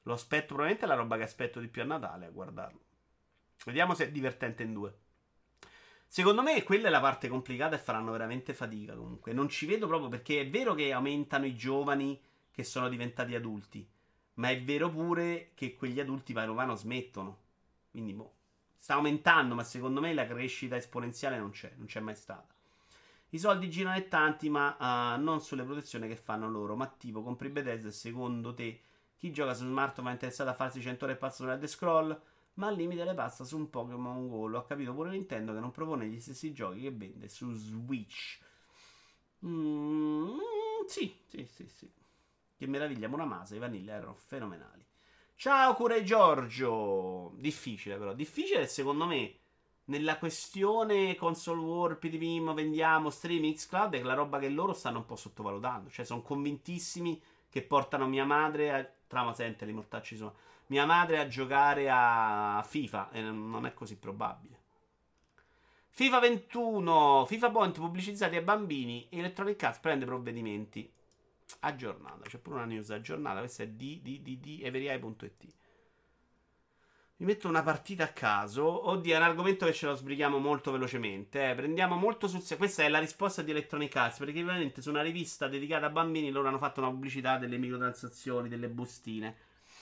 Lo aspetto, probabilmente è la roba che aspetto di più a Natale a guardarlo. Vediamo se è divertente in due. Secondo me quella è la parte complicata e faranno veramente fatica comunque. Non ci vedo proprio perché è vero che aumentano i giovani che sono diventati adulti, ma è vero pure che quegli adulti piano piano smettono. Quindi boh, sta aumentando, ma secondo me la crescita esponenziale non c'è, non c'è mai stata. I soldi girano e tanti, ma uh, non sulle protezioni che fanno loro. Ma tipo, compri Bethesda e secondo te chi gioca su smartphone è interessato a farsi cento ore e passa su Elder Scroll? Ma al limite le passa su un Pokémon Go. Ho capito pure Nintendo che non propone gli stessi giochi che vende su Switch. Mm, sì, sì, sì, sì. Che meraviglia, Muramasa, i Vanilla erano fenomenali. Ciao Cure Giorgio. Difficile però, difficile secondo me nella questione console war, P D V, vendiamo, streaming, xCloud è la roba che loro stanno un po' sottovalutando. Cioè sono convintissimi che portano mia madre a... Trama sente, i mortacci sono... Mia madre a giocare a FIFA e non è così probabile. FIFA ventuno, FIFA Point pubblicizzati ai bambini. Electronic Arts prende provvedimenti. Aggiornata, c'è pure una news aggiornata. Questa è di, di, di, di everai punto it. Mi metto una partita a caso. Oddio, è un argomento che ce lo sbrighiamo molto velocemente. Eh. Prendiamo molto sul serio. Questa è la risposta di Electronic Arts. Perché veramente su una rivista dedicata a bambini loro hanno fatto una pubblicità delle microtransazioni, delle bustine.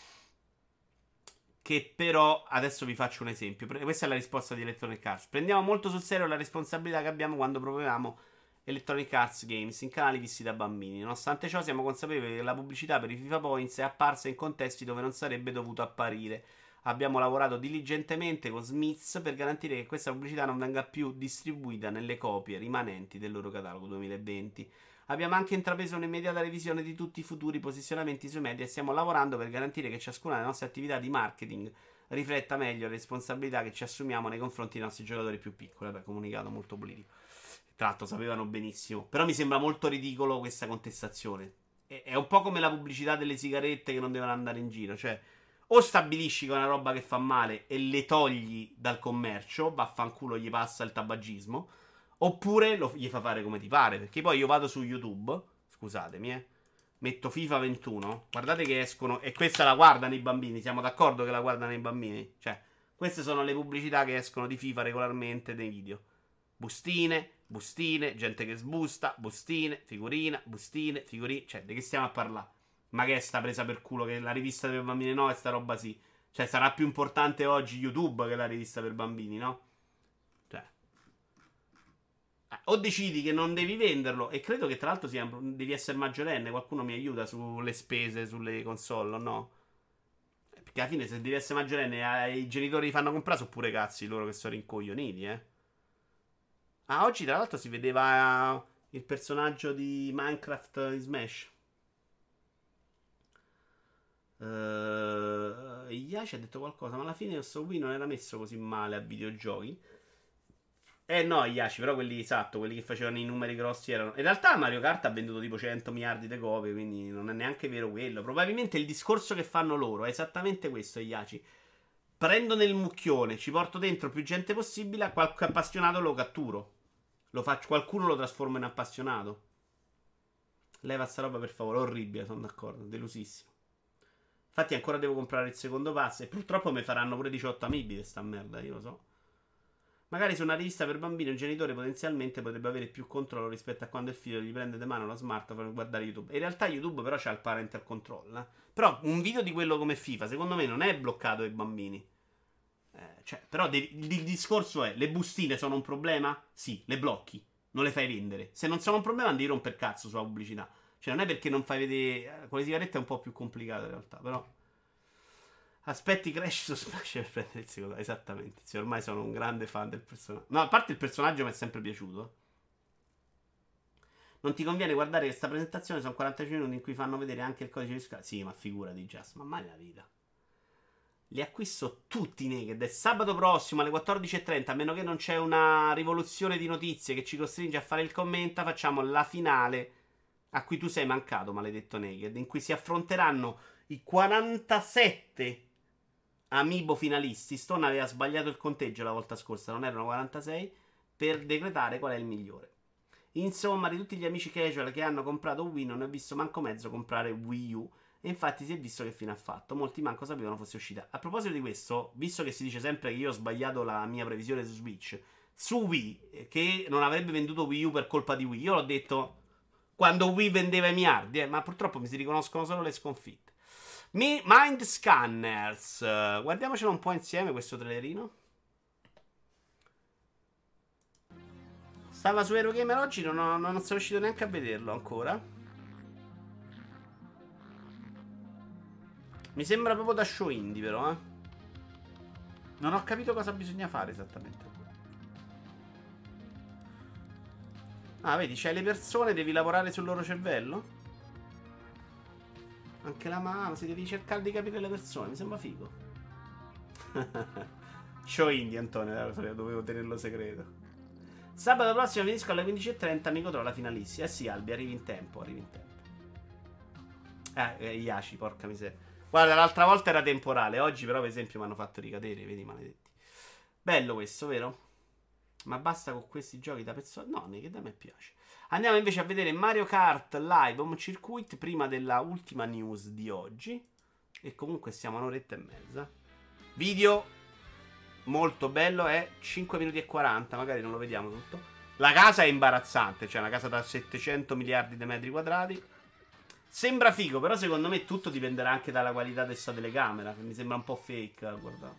Che però, adesso vi faccio un esempio. Questa è la risposta di Electronic Arts. Prendiamo molto sul serio la responsabilità che abbiamo quando proviamo Electronic Arts Games in canali visti da bambini. Nonostante ciò, siamo consapevoli che la pubblicità per i FIFA Points è apparsa in contesti dove non sarebbe dovuto apparire. Abbiamo lavorato diligentemente con Smiths per garantire che questa pubblicità non venga più distribuita nelle copie rimanenti del loro catalogo duemilaventi. Abbiamo anche intrapreso un'immediata revisione di tutti i futuri posizionamenti sui media e stiamo lavorando per garantire che ciascuna delle nostre attività di marketing rifletta meglio le responsabilità che ci assumiamo nei confronti dei nostri giocatori più piccoli. Vabbè, comunicato molto politico. Tra l'altro sapevano benissimo. Però mi sembra molto ridicolo questa contestazione. È un po' come la pubblicità delle sigarette che non devono andare in giro. Cioè, o stabilisci che è una roba che fa male e le togli dal commercio, vaffanculo gli passa il tabagismo, oppure lo, gli fa fare come ti pare. Perché poi io vado su YouTube, scusatemi, eh, metto FIFA ventuno, guardate che escono, e questa la guardano i bambini, siamo d'accordo che la guardano i bambini? Cioè, queste sono le pubblicità che escono di FIFA regolarmente nei video. Bustine, bustine, gente che sbusta, bustine, figurina, bustine, figurine. Cioè, di che stiamo a parlare? Ma che è sta presa per culo che la rivista per bambini no e sta roba sì? Cioè, sarà più importante oggi YouTube che la rivista per bambini, no? Cioè, eh, o decidi che non devi venderlo, e credo che tra l'altro sia, devi essere maggiorenne, qualcuno mi aiuta sulle spese, sulle console, no? Perché alla fine se devi essere maggiorenne eh, i genitori li fanno comprare, sono pure cazzi loro che sono rincoglioniti, eh. Ah, oggi tra l'altro si vedeva il personaggio di Minecraft in Smash. Uh, Iaci ha detto qualcosa, ma alla fine questo Wii non era messo così male a videogiochi. Eh no, Iaci, però quelli esatto, quelli che facevano i numeri grossi erano... In realtà Mario Kart ha venduto tipo cento miliardi di copie, quindi non è neanche vero quello. Probabilmente il discorso che fanno loro è esattamente questo, Iaci. Prendo nel mucchione, ci porto dentro più gente possibile, a qualche appassionato lo catturo. Lo faccio, qualcuno lo trasforma in appassionato. Leva sta roba per favore, orribile, sono d'accordo, delusissimo. Infatti ancora devo comprare il secondo pass e purtroppo mi faranno pure diciotto amiibi di sta merda, io lo so. Magari su una rivista per bambini un genitore potenzialmente potrebbe avere più controllo rispetto a quando il figlio gli prende di mano la smartphone per guardare YouTube. In realtà YouTube però c'ha il parental control, eh? Però un video di quello come FIFA secondo me non è bloccato ai bambini. Eh, cioè, però devi, il discorso è: le bustine sono un problema? Sì, le blocchi, non le fai vendere. Se non sono un problema, non devi rompere cazzo sulla pubblicità. Cioè, non è perché non fai vedere. Con le sigarette è un po' più complicato in realtà, però. Aspetti Crash su Smash per prendere il secondo. Esattamente. Sì, ormai sono un grande fan del personaggio. No, a parte il personaggio mi è sempre piaciuto. Non ti conviene guardare questa presentazione, sono quarantacinque minuti in cui fanno vedere anche il codice di scritta. Sì, ma figurati, Just, ma mai nella vita. Li acquisto tutti naked. È sabato prossimo alle quattordici e trenta. A meno che non c'è una rivoluzione di notizie che ci costringe a fare il commenta, facciamo la finale a cui tu sei mancato, maledetto naked, in cui si affronteranno i quarantasette amiibo finalisti. Stone aveva sbagliato il conteggio la volta scorsa, non erano quarantasei, per decretare qual è il migliore. Insomma, di tutti gli amici casual che hanno comprato Wii, non ne ho visto manco mezzo comprare Wii U. E infatti si è visto che fine ha fatto. Molti manco sapevano fosse uscita. A proposito di questo, visto che si dice sempre che io ho sbagliato la mia previsione su Switch, su Wii, che non avrebbe venduto Wii U per colpa di Wii, io l'ho detto quando Wii vendeva i miliardi, eh, ma purtroppo mi si riconoscono solo le sconfitte. Mi- Mind Scanners. Guardiamocelo un po' insieme questo trailerino. Stava su Eurogamer oggi, non, ho, non sono riuscito neanche a vederlo ancora. Mi sembra proprio da show indie, però, eh. Non ho capito cosa bisogna fare esattamente. Ah, vedi, c'hai le persone, devi lavorare sul loro cervello? Anche la mano, si devi cercare di capire le persone, mi sembra figo. Show indie, Antonio, dovevo tenerlo segreto. Sabato prossimo finisco alle quindici e trenta, mi godrò la finalissima. Eh sì, Albi, arrivi in tempo, arrivi in tempo. Eh, eh Iaci, porca miseria. Guarda, l'altra volta era temporale, oggi però per esempio mi hanno fatto ricadere, vedi, maledetti. Bello questo, vero? Ma basta con questi giochi da pezzo. No, che da me piace. Andiamo invece a vedere Mario Kart Live Home Circuit prima della ultima news di oggi. E comunque siamo a un'oretta e mezza. Video molto bello, è cinque minuti e quaranta, magari non lo vediamo tutto. La casa è imbarazzante, cioè una casa da settecento miliardi di metri quadrati. Sembra figo, però secondo me tutto dipenderà anche dalla qualità di questa telecamera, che mi sembra un po' fake, guardate.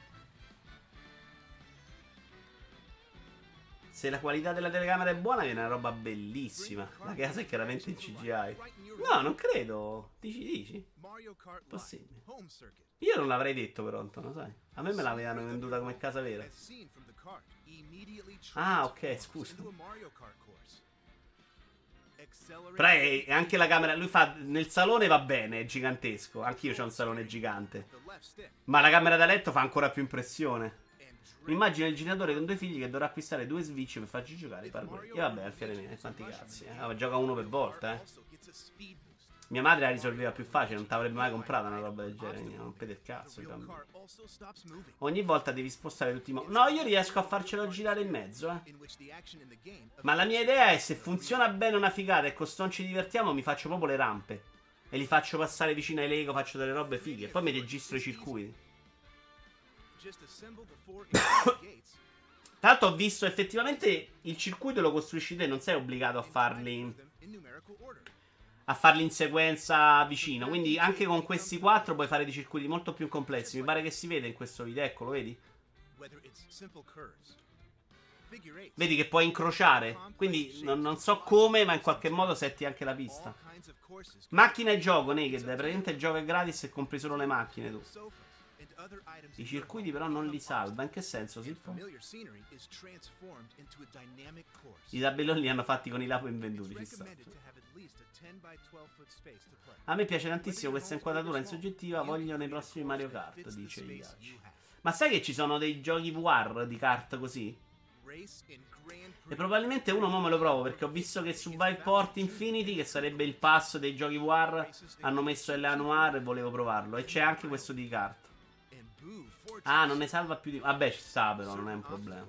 Se la qualità della telecamera è buona viene una roba bellissima. La casa è chiaramente in C G I. No, non credo. Dici, dici? Possibile. Io non l'avrei detto però, Antonio, sai? A me me l'avevano venduta come casa vera. Ah, ok, scusa. Però è, è anche la camera. Lui fa. Nel salone va bene, è gigantesco. Anch'io ho un salone gigante. Ma la camera da letto fa ancora più impressione. Mi immagino il generatore con due figli che dovrà acquistare due Switch per farci giocare i parkour. E vabbè, al fiere mio, quanti cazzi. Eh? Ah, gioca uno per volta, eh. Mia madre la risolveva più facile, non ti avrebbe mai comprato una roba del genere. Non rompete il cazzo. Ogni volta devi spostare tutti i mo- No, io riesco a farcelo girare in mezzo, eh. Ma la mia idea è, se funziona bene una figata e con sto ci divertiamo, mi faccio proprio le rampe. E li faccio passare vicino ai Lego, faccio delle robe fighe. E poi mi registro i circuiti. Tra l'altro ho visto effettivamente il circuito lo costruisci te, non sei obbligato a farli a farli in sequenza vicino. Quindi anche con questi quattro puoi fare dei circuiti molto più complessi. Mi pare che si vede in questo video, eccolo, vedi? Vedi che puoi incrociare. Quindi non, non so come, ma in qualche modo setti anche la pista. Macchina e gioco, Naked. Praticamente il gioco è gratis e compri solo le macchine tu. I circuiti però non li salva. In che senso, Silfo? I tabelloni li hanno fatti con i lapo invenduti, ci sta. A me piace tantissimo questa inquadratura in soggettiva. Voglio nei prossimi Mario Kart, dice Iaci. Ma sai che ci sono dei giochi V R di kart così? E probabilmente uno mo me lo provo, perché ho visto che su Viveport Infinity, che sarebbe il pass dei giochi V R, hanno messo L A Noir e volevo provarlo. E c'è anche questo di kart. Ah, non ne salva più di... Vabbè, ci sta però, non è un problema.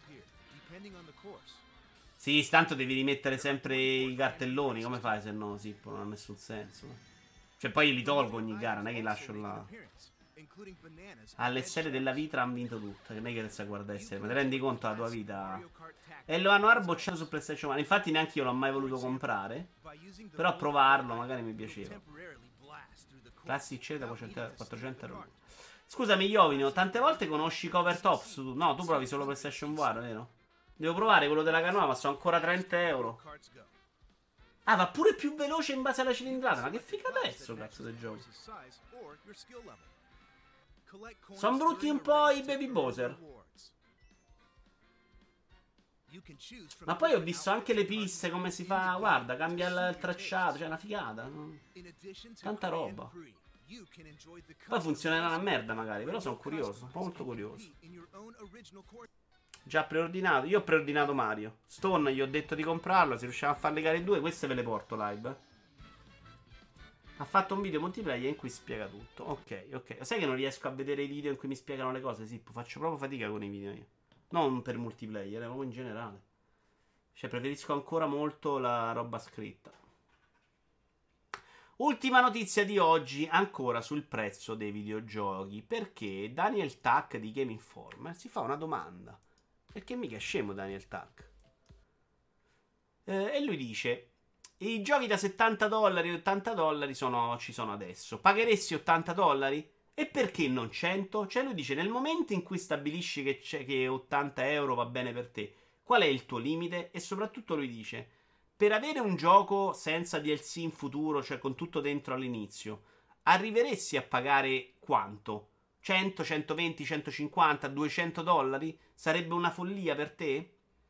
Sì, tanto devi rimettere sempre i cartelloni. Come fai se no, Sippo? Non ha nessun senso. Cioè poi li tolgo ogni gara, non è che li lascio là. Alle serie della vita hanno vinto tutto. Che non è che adesso a guardare serie. Ma ti rendi conto della tua vita? E lo hanno arbocciato su PlayStation uno. Infatti neanche io l'ho mai voluto comprare. Però a provarlo magari mi piaceva. Classic Ceda quattrocento euro. Scusami, Iovino, tante volte conosci Cover Tops tu? No, tu provi solo PlayStation V R, vero? Devo provare quello della canoa, ma sono ancora trenta euro. Ah, va pure più veloce in base alla cilindrata. Ma che figata è sto cazzo del gioco? Sono brutti un po' i Baby Bowser. Ma poi ho visto anche le piste, come si fa. Guarda, cambia il tracciato, cioè una figata. Tanta roba. Poi funzionerà una merda magari, però sono curioso, molto curioso. Già preordinato, io ho preordinato Mario Stone, gli ho detto di comprarlo, se riusciamo a farle gare in due, queste ve le porto live. Ha fatto un video multiplayer in cui spiega tutto. Ok, ok. Sai che non riesco a vedere i video in cui mi spiegano le cose, Sippo? Faccio proprio fatica con i video io. Non per multiplayer, ma proprio in generale. Cioè preferisco ancora molto la roba scritta. Ultima notizia di oggi, ancora sul prezzo dei videogiochi, perché Daniel Tuck di Game Informer si fa una domanda. Perché mica è scemo Daniel Tuck. Eh, e lui dice: i giochi da settanta dollari e ottanta dollari sono, ci sono adesso. Pagheresti ottanta dollari? E perché non cento? Cioè lui dice: nel momento in cui stabilisci che, c'è, che ottanta euro va bene per te, qual è il tuo limite? E soprattutto lui dice: per avere un gioco senza D L C in futuro, cioè con tutto dentro all'inizio, arriveresti a pagare quanto? cento, centoventi, centocinquanta, duecento dollari? Sarebbe una follia per te?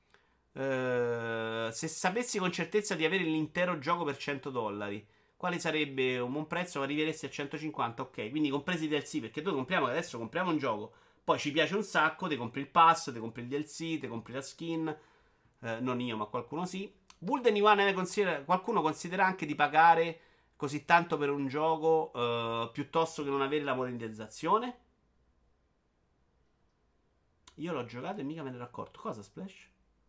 Eh, se sapessi con certezza di avere l'intero gioco per cento dollari, quale sarebbe un buon prezzo? Arriveresti a centocinquanta, ok. Quindi compresi i D L C, perché noi compriamo, adesso compriamo un gioco, poi ci piace un sacco, ti compri il pass, ti compri il D L C, ti compri la skin. Eh, non io, ma qualcuno sì. Build Anyone considera, qualcuno considera anche di pagare così tanto per un gioco eh, piuttosto che non avere la monetizzazione? Io l'ho giocato e mica me ne ero accorto. Cosa, Splash?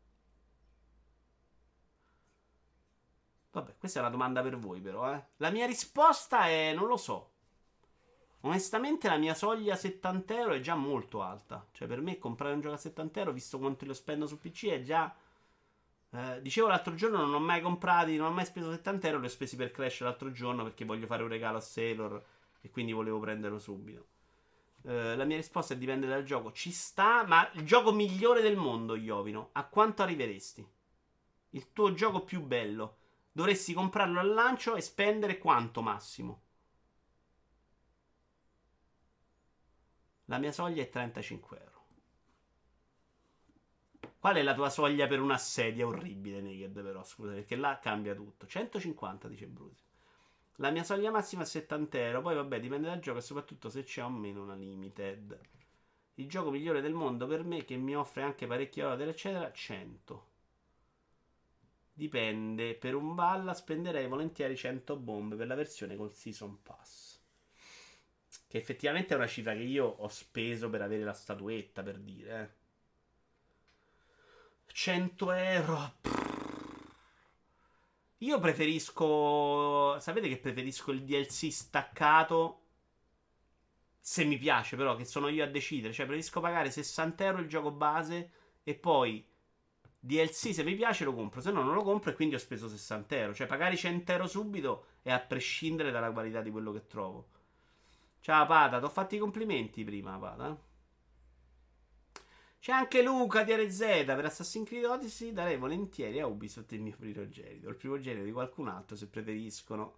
Vabbè, questa è una domanda per voi, però, eh. La mia risposta è: non lo so. Onestamente, la mia soglia settanta euro è già molto alta. Cioè, per me, comprare un gioco a settanta euro, visto quanto lo spendo su P C, è già. Eh, dicevo l'altro giorno, non ho mai comprati, non ho mai speso settanta euro. Li ho spesi per Crash l'altro giorno perché voglio fare un regalo a Sailor e quindi volevo prenderlo subito. Eh, la mia risposta è: dipende dal gioco. Ci sta, ma il gioco migliore del mondo, Iovino, a quanto arriveresti? Il tuo gioco più bello. Dovresti comprarlo al lancio e spendere quanto massimo? La mia soglia è trentacinque euro. Qual è la tua soglia per una sedia orribile, Naked, però, scusa, perché là cambia tutto. centocinquanta, dice Bruce. La mia soglia massima è settanta euro, poi vabbè, dipende dal gioco e soprattutto se c'è o meno una limited. Il gioco migliore del mondo per me, che mi offre anche parecchie ore, eccetera, cento. Dipende, per un Valla spenderei volentieri cento bombe per la versione col Season Pass. Che effettivamente è una cifra che io ho speso per avere la statuetta, per dire, eh. cento euro. Io preferisco. Sapete che preferisco il D L C staccato? Se mi piace, però, che sono io a decidere. Cioè, preferisco pagare sessanta euro il gioco base e poi D L C se mi piace lo compro. Se no, non lo compro e quindi ho speso sessanta euro. Cioè, pagare cento euro subito è a prescindere dalla qualità di quello che trovo. Ciao, Pada. Ti ho fatto i complimenti prima, Pada. C'è anche Luca di R Z per Assassin's Creed Odyssey. Darei volentieri a Ubisoft il mio primogenito. Il primogenito di qualcun altro se preferiscono.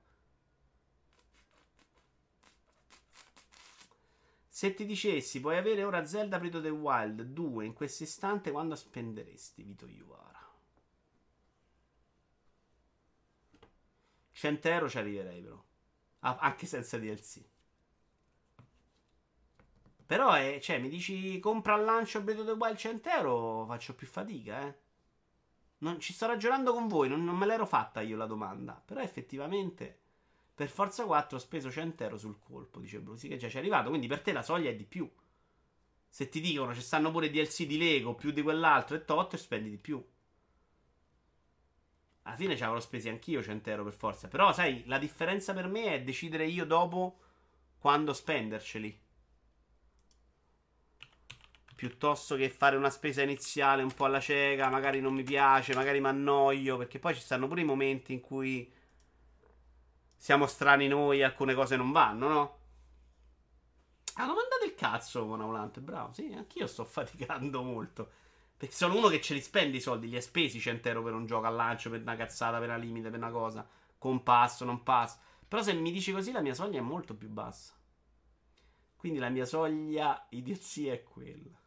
Se ti dicessi puoi avere ora Zelda Breath of the Wild due in questo istante, quando spenderesti, Vito Iuvara? cento euro ci arriverei però. Ah, anche senza D L C. Però è, cioè, mi dici compra al lancio Breath of the Wild cento euro, faccio più fatica, eh. Non, ci sto ragionando con voi, non, non me l'ero fatta io la domanda. Però effettivamente per Forza quattro ho speso cento euro sul colpo, dice Bruce, sì, che già ci è arrivato, quindi per te la soglia è di più. Se ti dicono ci stanno pure D L C di Lego più di quell'altro e tot, e spendi di più. Alla fine ci avrò spesi anch'io cento euro per forza. Però sai, la differenza per me è decidere io dopo quando spenderceli. Piuttosto che fare una spesa iniziale un po' alla cieca, magari non mi piace, magari mi annoio, perché poi ci stanno pure i momenti in cui siamo strani noi e alcune cose non vanno, no? Ah, domanda del cazzo, Monavolante, bravo. Sì, anch'io sto faticando molto. Perché sono uno che ce li spende i soldi, li ha spesi cento euro per un gioco al lancio, per una cazzata, per una limite, per una cosa. Con passo, non passo. Però se mi dici così la mia soglia è molto più bassa. Quindi la mia soglia idiozia è quella.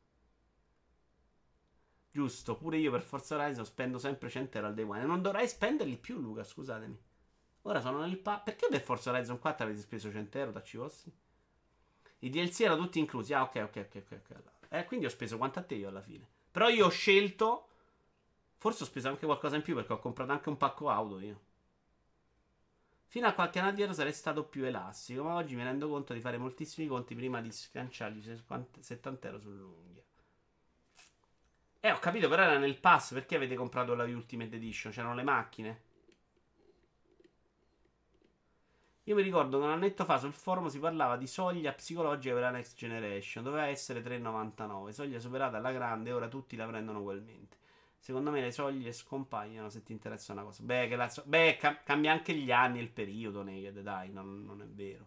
Giusto, pure io per Forza Horizon spendo sempre cento euro al day one. E non dovrei spenderli più, Luca, scusatemi. Ora sono nel pa... Perché per Forza Horizon quattro avete speso cento euro, tacci vostri? I D L C erano tutti inclusi. Ah, ok, ok, ok, ok. ok. Eh, quindi ho speso quanto a te io alla fine. Però io ho scelto. Forse ho speso anche qualcosa in più perché ho comprato anche un pacco auto io. Fino a qualche anno addietro sarei stato più elastico, ma oggi mi rendo conto di fare moltissimi conti prima di sganciargli settanta euro sull'unghia. Eh, ho capito, però era nel pass. Perché avete comprato la Ultimate Edition? C'erano le macchine. Io mi ricordo che un annetto fa sul forum si parlava di soglia psicologica per la next generation. Doveva essere tre virgola novantanove. Soglia superata alla grande e ora tutti la prendono ugualmente. Secondo me le soglie scompaiono se ti interessa una cosa. Beh, che la so- Beh cam- cambia anche gli anni e il periodo, Naked, dai, non, non è vero.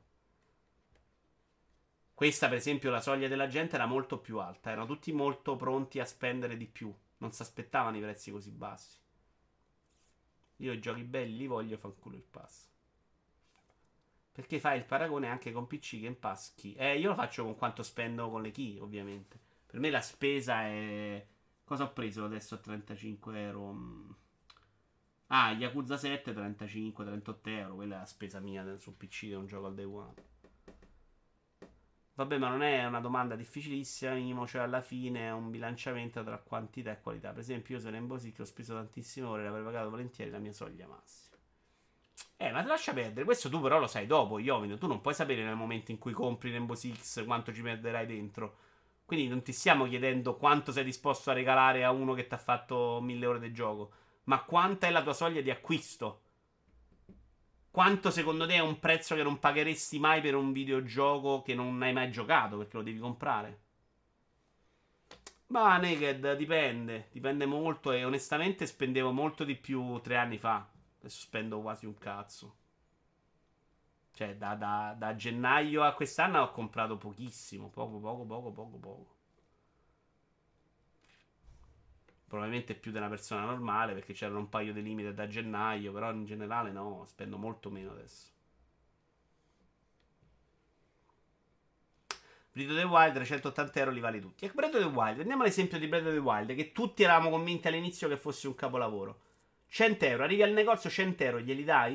Questa, per esempio, la soglia della gente era molto più alta. Erano tutti molto pronti a spendere di più. Non si aspettavano i prezzi così bassi. Io i giochi belli li voglio, fanculo il pass. Perché fai il paragone anche con P C Game Pass Key. Eh, io lo faccio con quanto spendo con le key, ovviamente. Per me la spesa è... Cosa ho preso adesso a trentacinque euro? Mm. Ah, Yakuza sette, trentacinque trentotto euro. Quella è la spesa mia su P C di un gioco al day one. Vabbè, ma non è una domanda difficilissima, Mimo, cioè alla fine è un bilanciamento tra quantità e qualità. Per esempio, io se Rainbow Six ho speso tantissime ore e avrei pagato volentieri la mia soglia massima. Eh, ma lascia perdere, questo tu però lo sai dopo, Iovino. Tu non puoi sapere nel momento in cui compri Rainbow Six quanto ci perderai dentro. Quindi non ti stiamo chiedendo quanto sei disposto a regalare a uno che ti ha fatto mille ore di gioco, ma quanta è la tua soglia di acquisto. Quanto secondo te è un prezzo che non pagheresti mai per un videogioco che non hai mai giocato perché lo devi comprare? Ma Naked dipende, dipende molto e onestamente spendevo molto di più tre anni fa. Adesso spendo quasi un cazzo. Cioè, da, da- da gennaio a quest'anno ho comprato pochissimo. Poco, poco, poco, poco, poco. Probabilmente più di una persona normale perché c'erano un paio di limite da gennaio. Però in generale no, spendo molto meno adesso. Breath of the Wild, trecentottanta euro li vale tutti. Ecco, Breath of the Wild, prendiamo l'esempio di Breath of the Wild, che tutti eravamo convinti all'inizio che fosse un capolavoro. cento euro, arrivi al negozio, cento euro, glieli dai?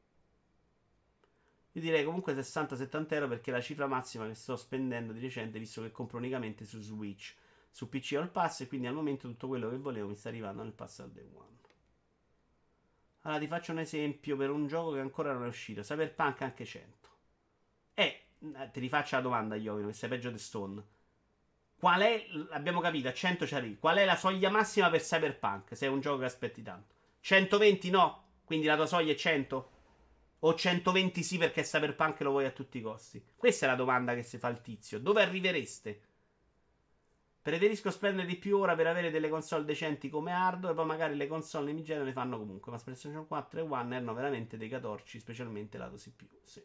Io direi comunque sessanta settanta euro perché è la cifra massima che sto spendendo di recente, visto che compro unicamente su Switch. Su P C ho il pass e quindi al momento tutto quello che volevo mi sta arrivando nel pass al day one. Allora ti faccio un esempio per un gioco che ancora non è uscito. Cyberpunk anche cento. E ti rifaccio la domanda, Iovino, che sei peggio di Stone. Qual è, abbiamo capito, a cento ci arrivi. Qual è la soglia massima per Cyberpunk? Se è un gioco che aspetti tanto. centoventi no? Quindi la tua soglia è cento? O centoventi sì perché Cyberpunk lo vuoi a tutti i costi? Questa è la domanda che si fa il tizio. Dove arrivereste? Preferisco spendere di più ora per avere delle console decenti come hardware, poi magari le console in genere le fanno comunque. Ma PlayStation quattro e One erano veramente dei catorci, specialmente lato C P U. Sì.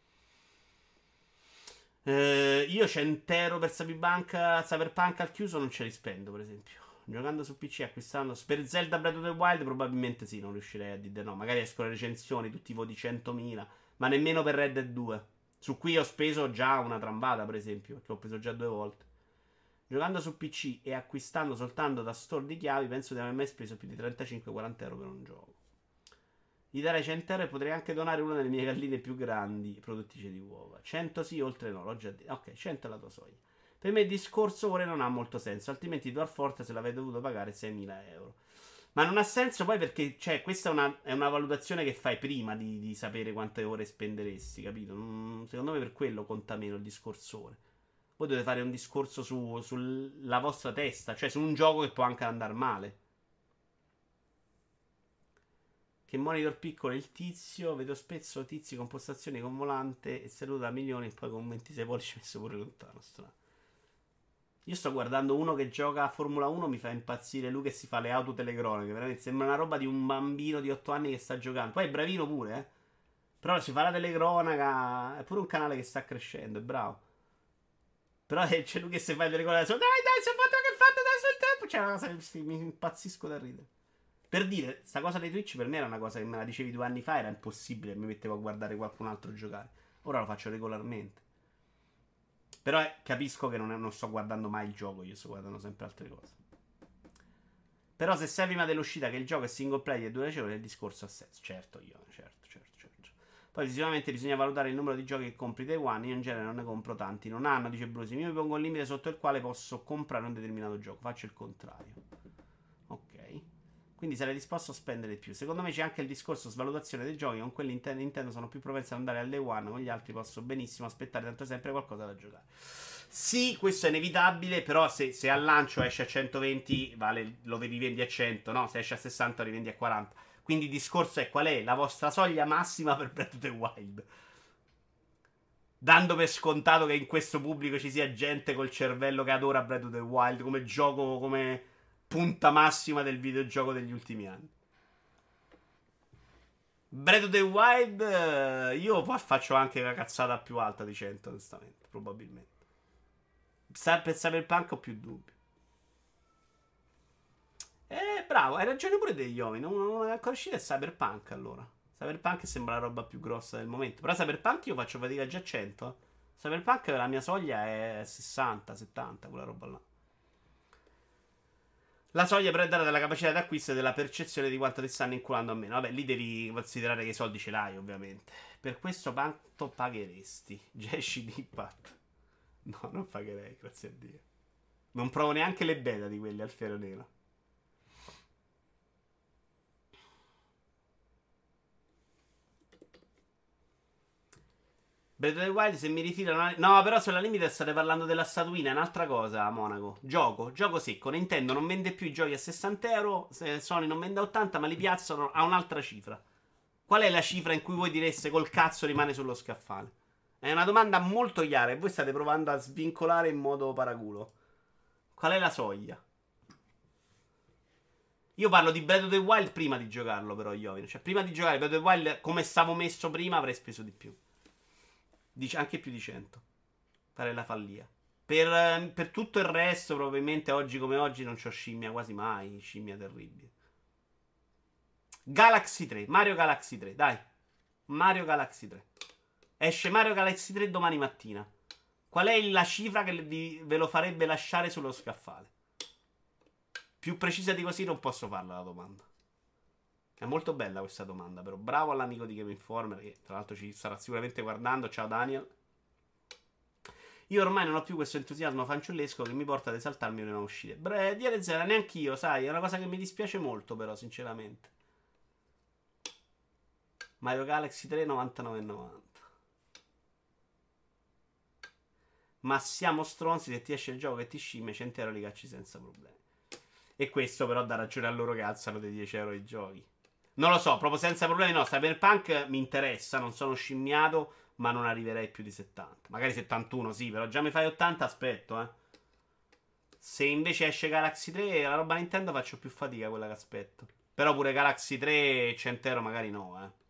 Eh, io cento euro per Cyberpunk, Cyberpunk al chiuso non ce li spendo, per esempio. Giocando su P C, acquistando per Zelda Breath of the Wild, probabilmente sì, non riuscirei a dire no. Magari escono le recensioni, tutti i voti centomila, ma nemmeno per Red Dead due. Su cui ho speso già una trambata, per esempio, perché ho preso già due volte. Giocando su P C e acquistando soltanto da store di chiavi, penso di aver mai speso più di trentacinque quaranta euro per un gioco. Gli darei cento euro e potrei anche donare una delle mie galline più grandi, produttrice di uova. cento sì, oltre no, l'ho già detto. Ok, cento è la tua soglia. Per me il discorso ora non ha molto senso, altrimenti Dwarf Fortress l'avrei dovuto pagare seimila euro. Ma non ha senso poi perché, cioè, questa è una, è una valutazione che fai prima di, di sapere quante ore spenderesti, capito? Mm, secondo me per quello conta meno il discorso ore. Voi dovete fare un discorso su, sulla vostra testa, cioè su un gioco che può anche andare male. Che monitor piccolo è il tizio. Vedo spesso tizi con postazioni con volante e saluta a milioni e poi con ventisei pollici messo pure lontano. Strano. Io sto guardando uno che gioca a Formula uno, mi fa impazzire lui che si fa le auto telecroniche. Veramente sembra una roba di un bambino di otto anni che sta giocando. Poi è bravino pure, eh. Però si fa la telecronaca. È pure un canale che sta crescendo, è bravo. Però c'è lui che si fa le telecronache. Dai, dai, si è fatto che fate adesso il tempo. C'è una cosa che mi impazzisco da ridere. Per dire, sta cosa dei Twitch per me era una cosa che me la dicevi due anni fa, era impossibile, mi mettevo a guardare qualcun altro giocare. Ora lo faccio regolarmente. Però eh, capisco che non, è, non sto guardando mai il gioco, io sto guardando sempre altre cose. Però se sai prima dell'uscita che il gioco è single player e dura dieci ore, il discorso ha senso. Certo, io, certo, certo, certo. Poi sicuramente bisogna valutare il numero di giochi che compri day one, io in genere non ne compro tanti. Non hanno, dice Brusi, io mi pongo un limite sotto il quale posso comprare un determinato gioco, faccio il contrario. Ok. Quindi sarei disposto a spendere di più. Secondo me c'è anche il discorso svalutazione dei giochi. Con quelli Nintendo sono più propensi ad andare al day one. Con gli altri posso benissimo aspettare tanto sempre qualcosa da giocare. Sì, questo è inevitabile. Però se, se al lancio esce a centoventi, vale, lo rivendi a cento. No, se esce a sessanta, lo rivendi a quaranta. Quindi il discorso è qual è la vostra soglia massima per Breath of the Wild. dando per scontato che in questo pubblico ci sia gente col cervello che adora Breath of the Wild come gioco, come punta massima del videogioco degli ultimi anni. Breath of the Wild, eh, io faccio anche la cazzata più alta di cento, onestamente, probabilmente. Per Cyberpunk ho più dubbi. Eh, bravo, hai ragione pure degli uomini. Non, non è ancora uscito è Cyberpunk, allora. Cyberpunk sembra la roba più grossa del momento. Però Cyberpunk io faccio fatica già a cento. Cyberpunk la mia soglia è sessanta, settanta, quella roba là. La soglia però è data dalla capacità d'acquisto e della percezione di quanto ti stanno inculando o meno. Vabbè, lì devi considerare che i soldi ce l'hai, ovviamente. Per questo quanto pagheresti? Genshin Impact. No, non pagherei, grazie a Dio. Non provo neanche le beta di quelli al fiero nero. Breath of the Wild se mi rifilano. No, però sulla Limited state parlando della statuina. È un'altra cosa, Monaco. Gioco, gioco secco. Nintendo non vende più i giochi a sessanta euro. Sony non vende a ottanta, ma li piazzano a un'altra cifra. Qual è la cifra in cui voi direste col cazzo rimane sullo scaffale? È una domanda molto chiara e voi state provando a svincolare in modo paraculo. Qual è la soglia? Io parlo di Breath of the Wild prima di giocarlo, però, Iovino. Cioè, prima di giocare Breath of the Wild, come stavo messo prima, avrei speso di più. Dice anche più di cento. Fare la follia. Per, per tutto il resto, probabilmente oggi come oggi non c'ho scimmia quasi mai. Scimmia terribile. Galaxy tre. Mario Galaxy tre. Dai. Mario Galaxy tre. Esce Mario Galaxy tre domani mattina. Qual è la cifra che vi, ve lo farebbe lasciare sullo scaffale? Più precisa di così non posso farla la domanda. È molto bella questa domanda, però bravo all'amico di Game Informer, che tra l'altro ci starà sicuramente guardando. Ciao Daniel. Io ormai non ho più questo entusiasmo fanciullesco che mi porta ad esaltarmi nelle nuove uscite. Bre, D R Z neanche io, sai, è una cosa che mi dispiace molto però, sinceramente. Mario Galaxy tre novantanove e novanta. Ma siamo stronzi, se ti esce il gioco che ti scimmia cento euro li cacci senza problemi. E questo però dà ragione a loro che alzano dei dieci euro i giochi. Non lo so, proprio senza problemi no. Cyberpunk mi interessa, non sono scimmiato, ma non arriverei più di settanta. Magari settantuno sì, però già mi fai ottanta, aspetto, eh. Se invece esce Galaxy tre, la roba Nintendo faccio più fatica quella che aspetto. Però pure Galaxy tre, cento euro magari no, eh.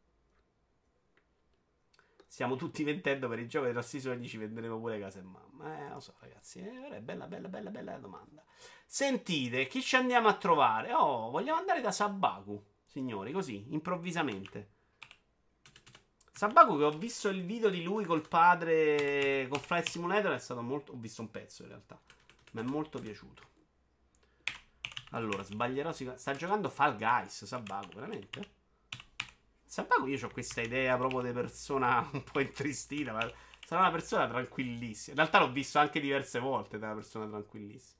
Stiamo tutti vendendo per il gioco dei nostri sogni, ci venderemo pure casa e mamma. Eh, lo so, ragazzi. Eh, bella, bella, bella, bella domanda. Sentite, chi ci andiamo a trovare? Oh, vogliamo andare da Sabaku, signori, così, improvvisamente. Sabaku, che ho visto il video di lui col padre con Flight Simulator, è stato molto... Ho visto un pezzo, in realtà. Mi è molto piaciuto. Allora, sbaglierò sicuramente. Sta giocando Fall Guys, Sabaku, veramente? Sabaku, io ho questa idea proprio di persona un po' intristina, ma sarà una persona tranquillissima. In realtà l'ho visto anche diverse volte da una persona tranquillissima.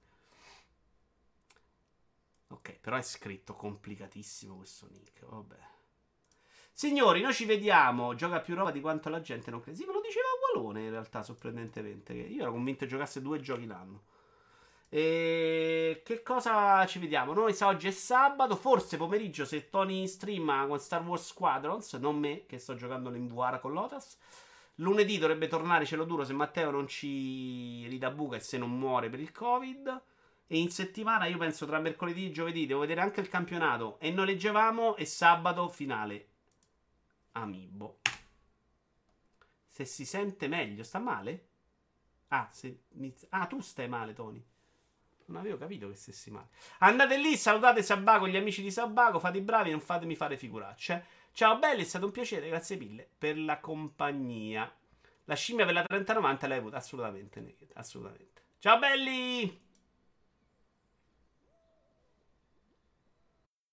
Ok, però è scritto complicatissimo questo nick, vabbè. Signori, noi ci vediamo. Gioca più roba di quanto la gente non crede. Sì, me lo diceva Walone in realtà, sorprendentemente. Che io ero convinto giocasse due giochi l'anno. E che cosa ci vediamo? Noi oggi è sabato, forse pomeriggio se Tony streama con Star Wars Squadrons, non me che sto giocando in V R con Lotus. Lunedì dovrebbe tornare Cielo Duro se Matteo non ci ridabuca e se non muore per il Covid. E in settimana io penso tra mercoledì e giovedì devo vedere anche il campionato e noi leggevamo e sabato finale Amiibo. Se si sente meglio, sta male? Ah, se mi... ah tu stai male Tony. Non avevo capito che stessi male. Andate lì, salutate Sabaco, gli amici di Sabaco, fate i bravi, non fatemi fare figuracce. Ciao belli, è stato un piacere, grazie mille per la compagnia. La scimmia per la trenta novanta l'hai avuta, assolutamente, assolutamente. Ciao belli!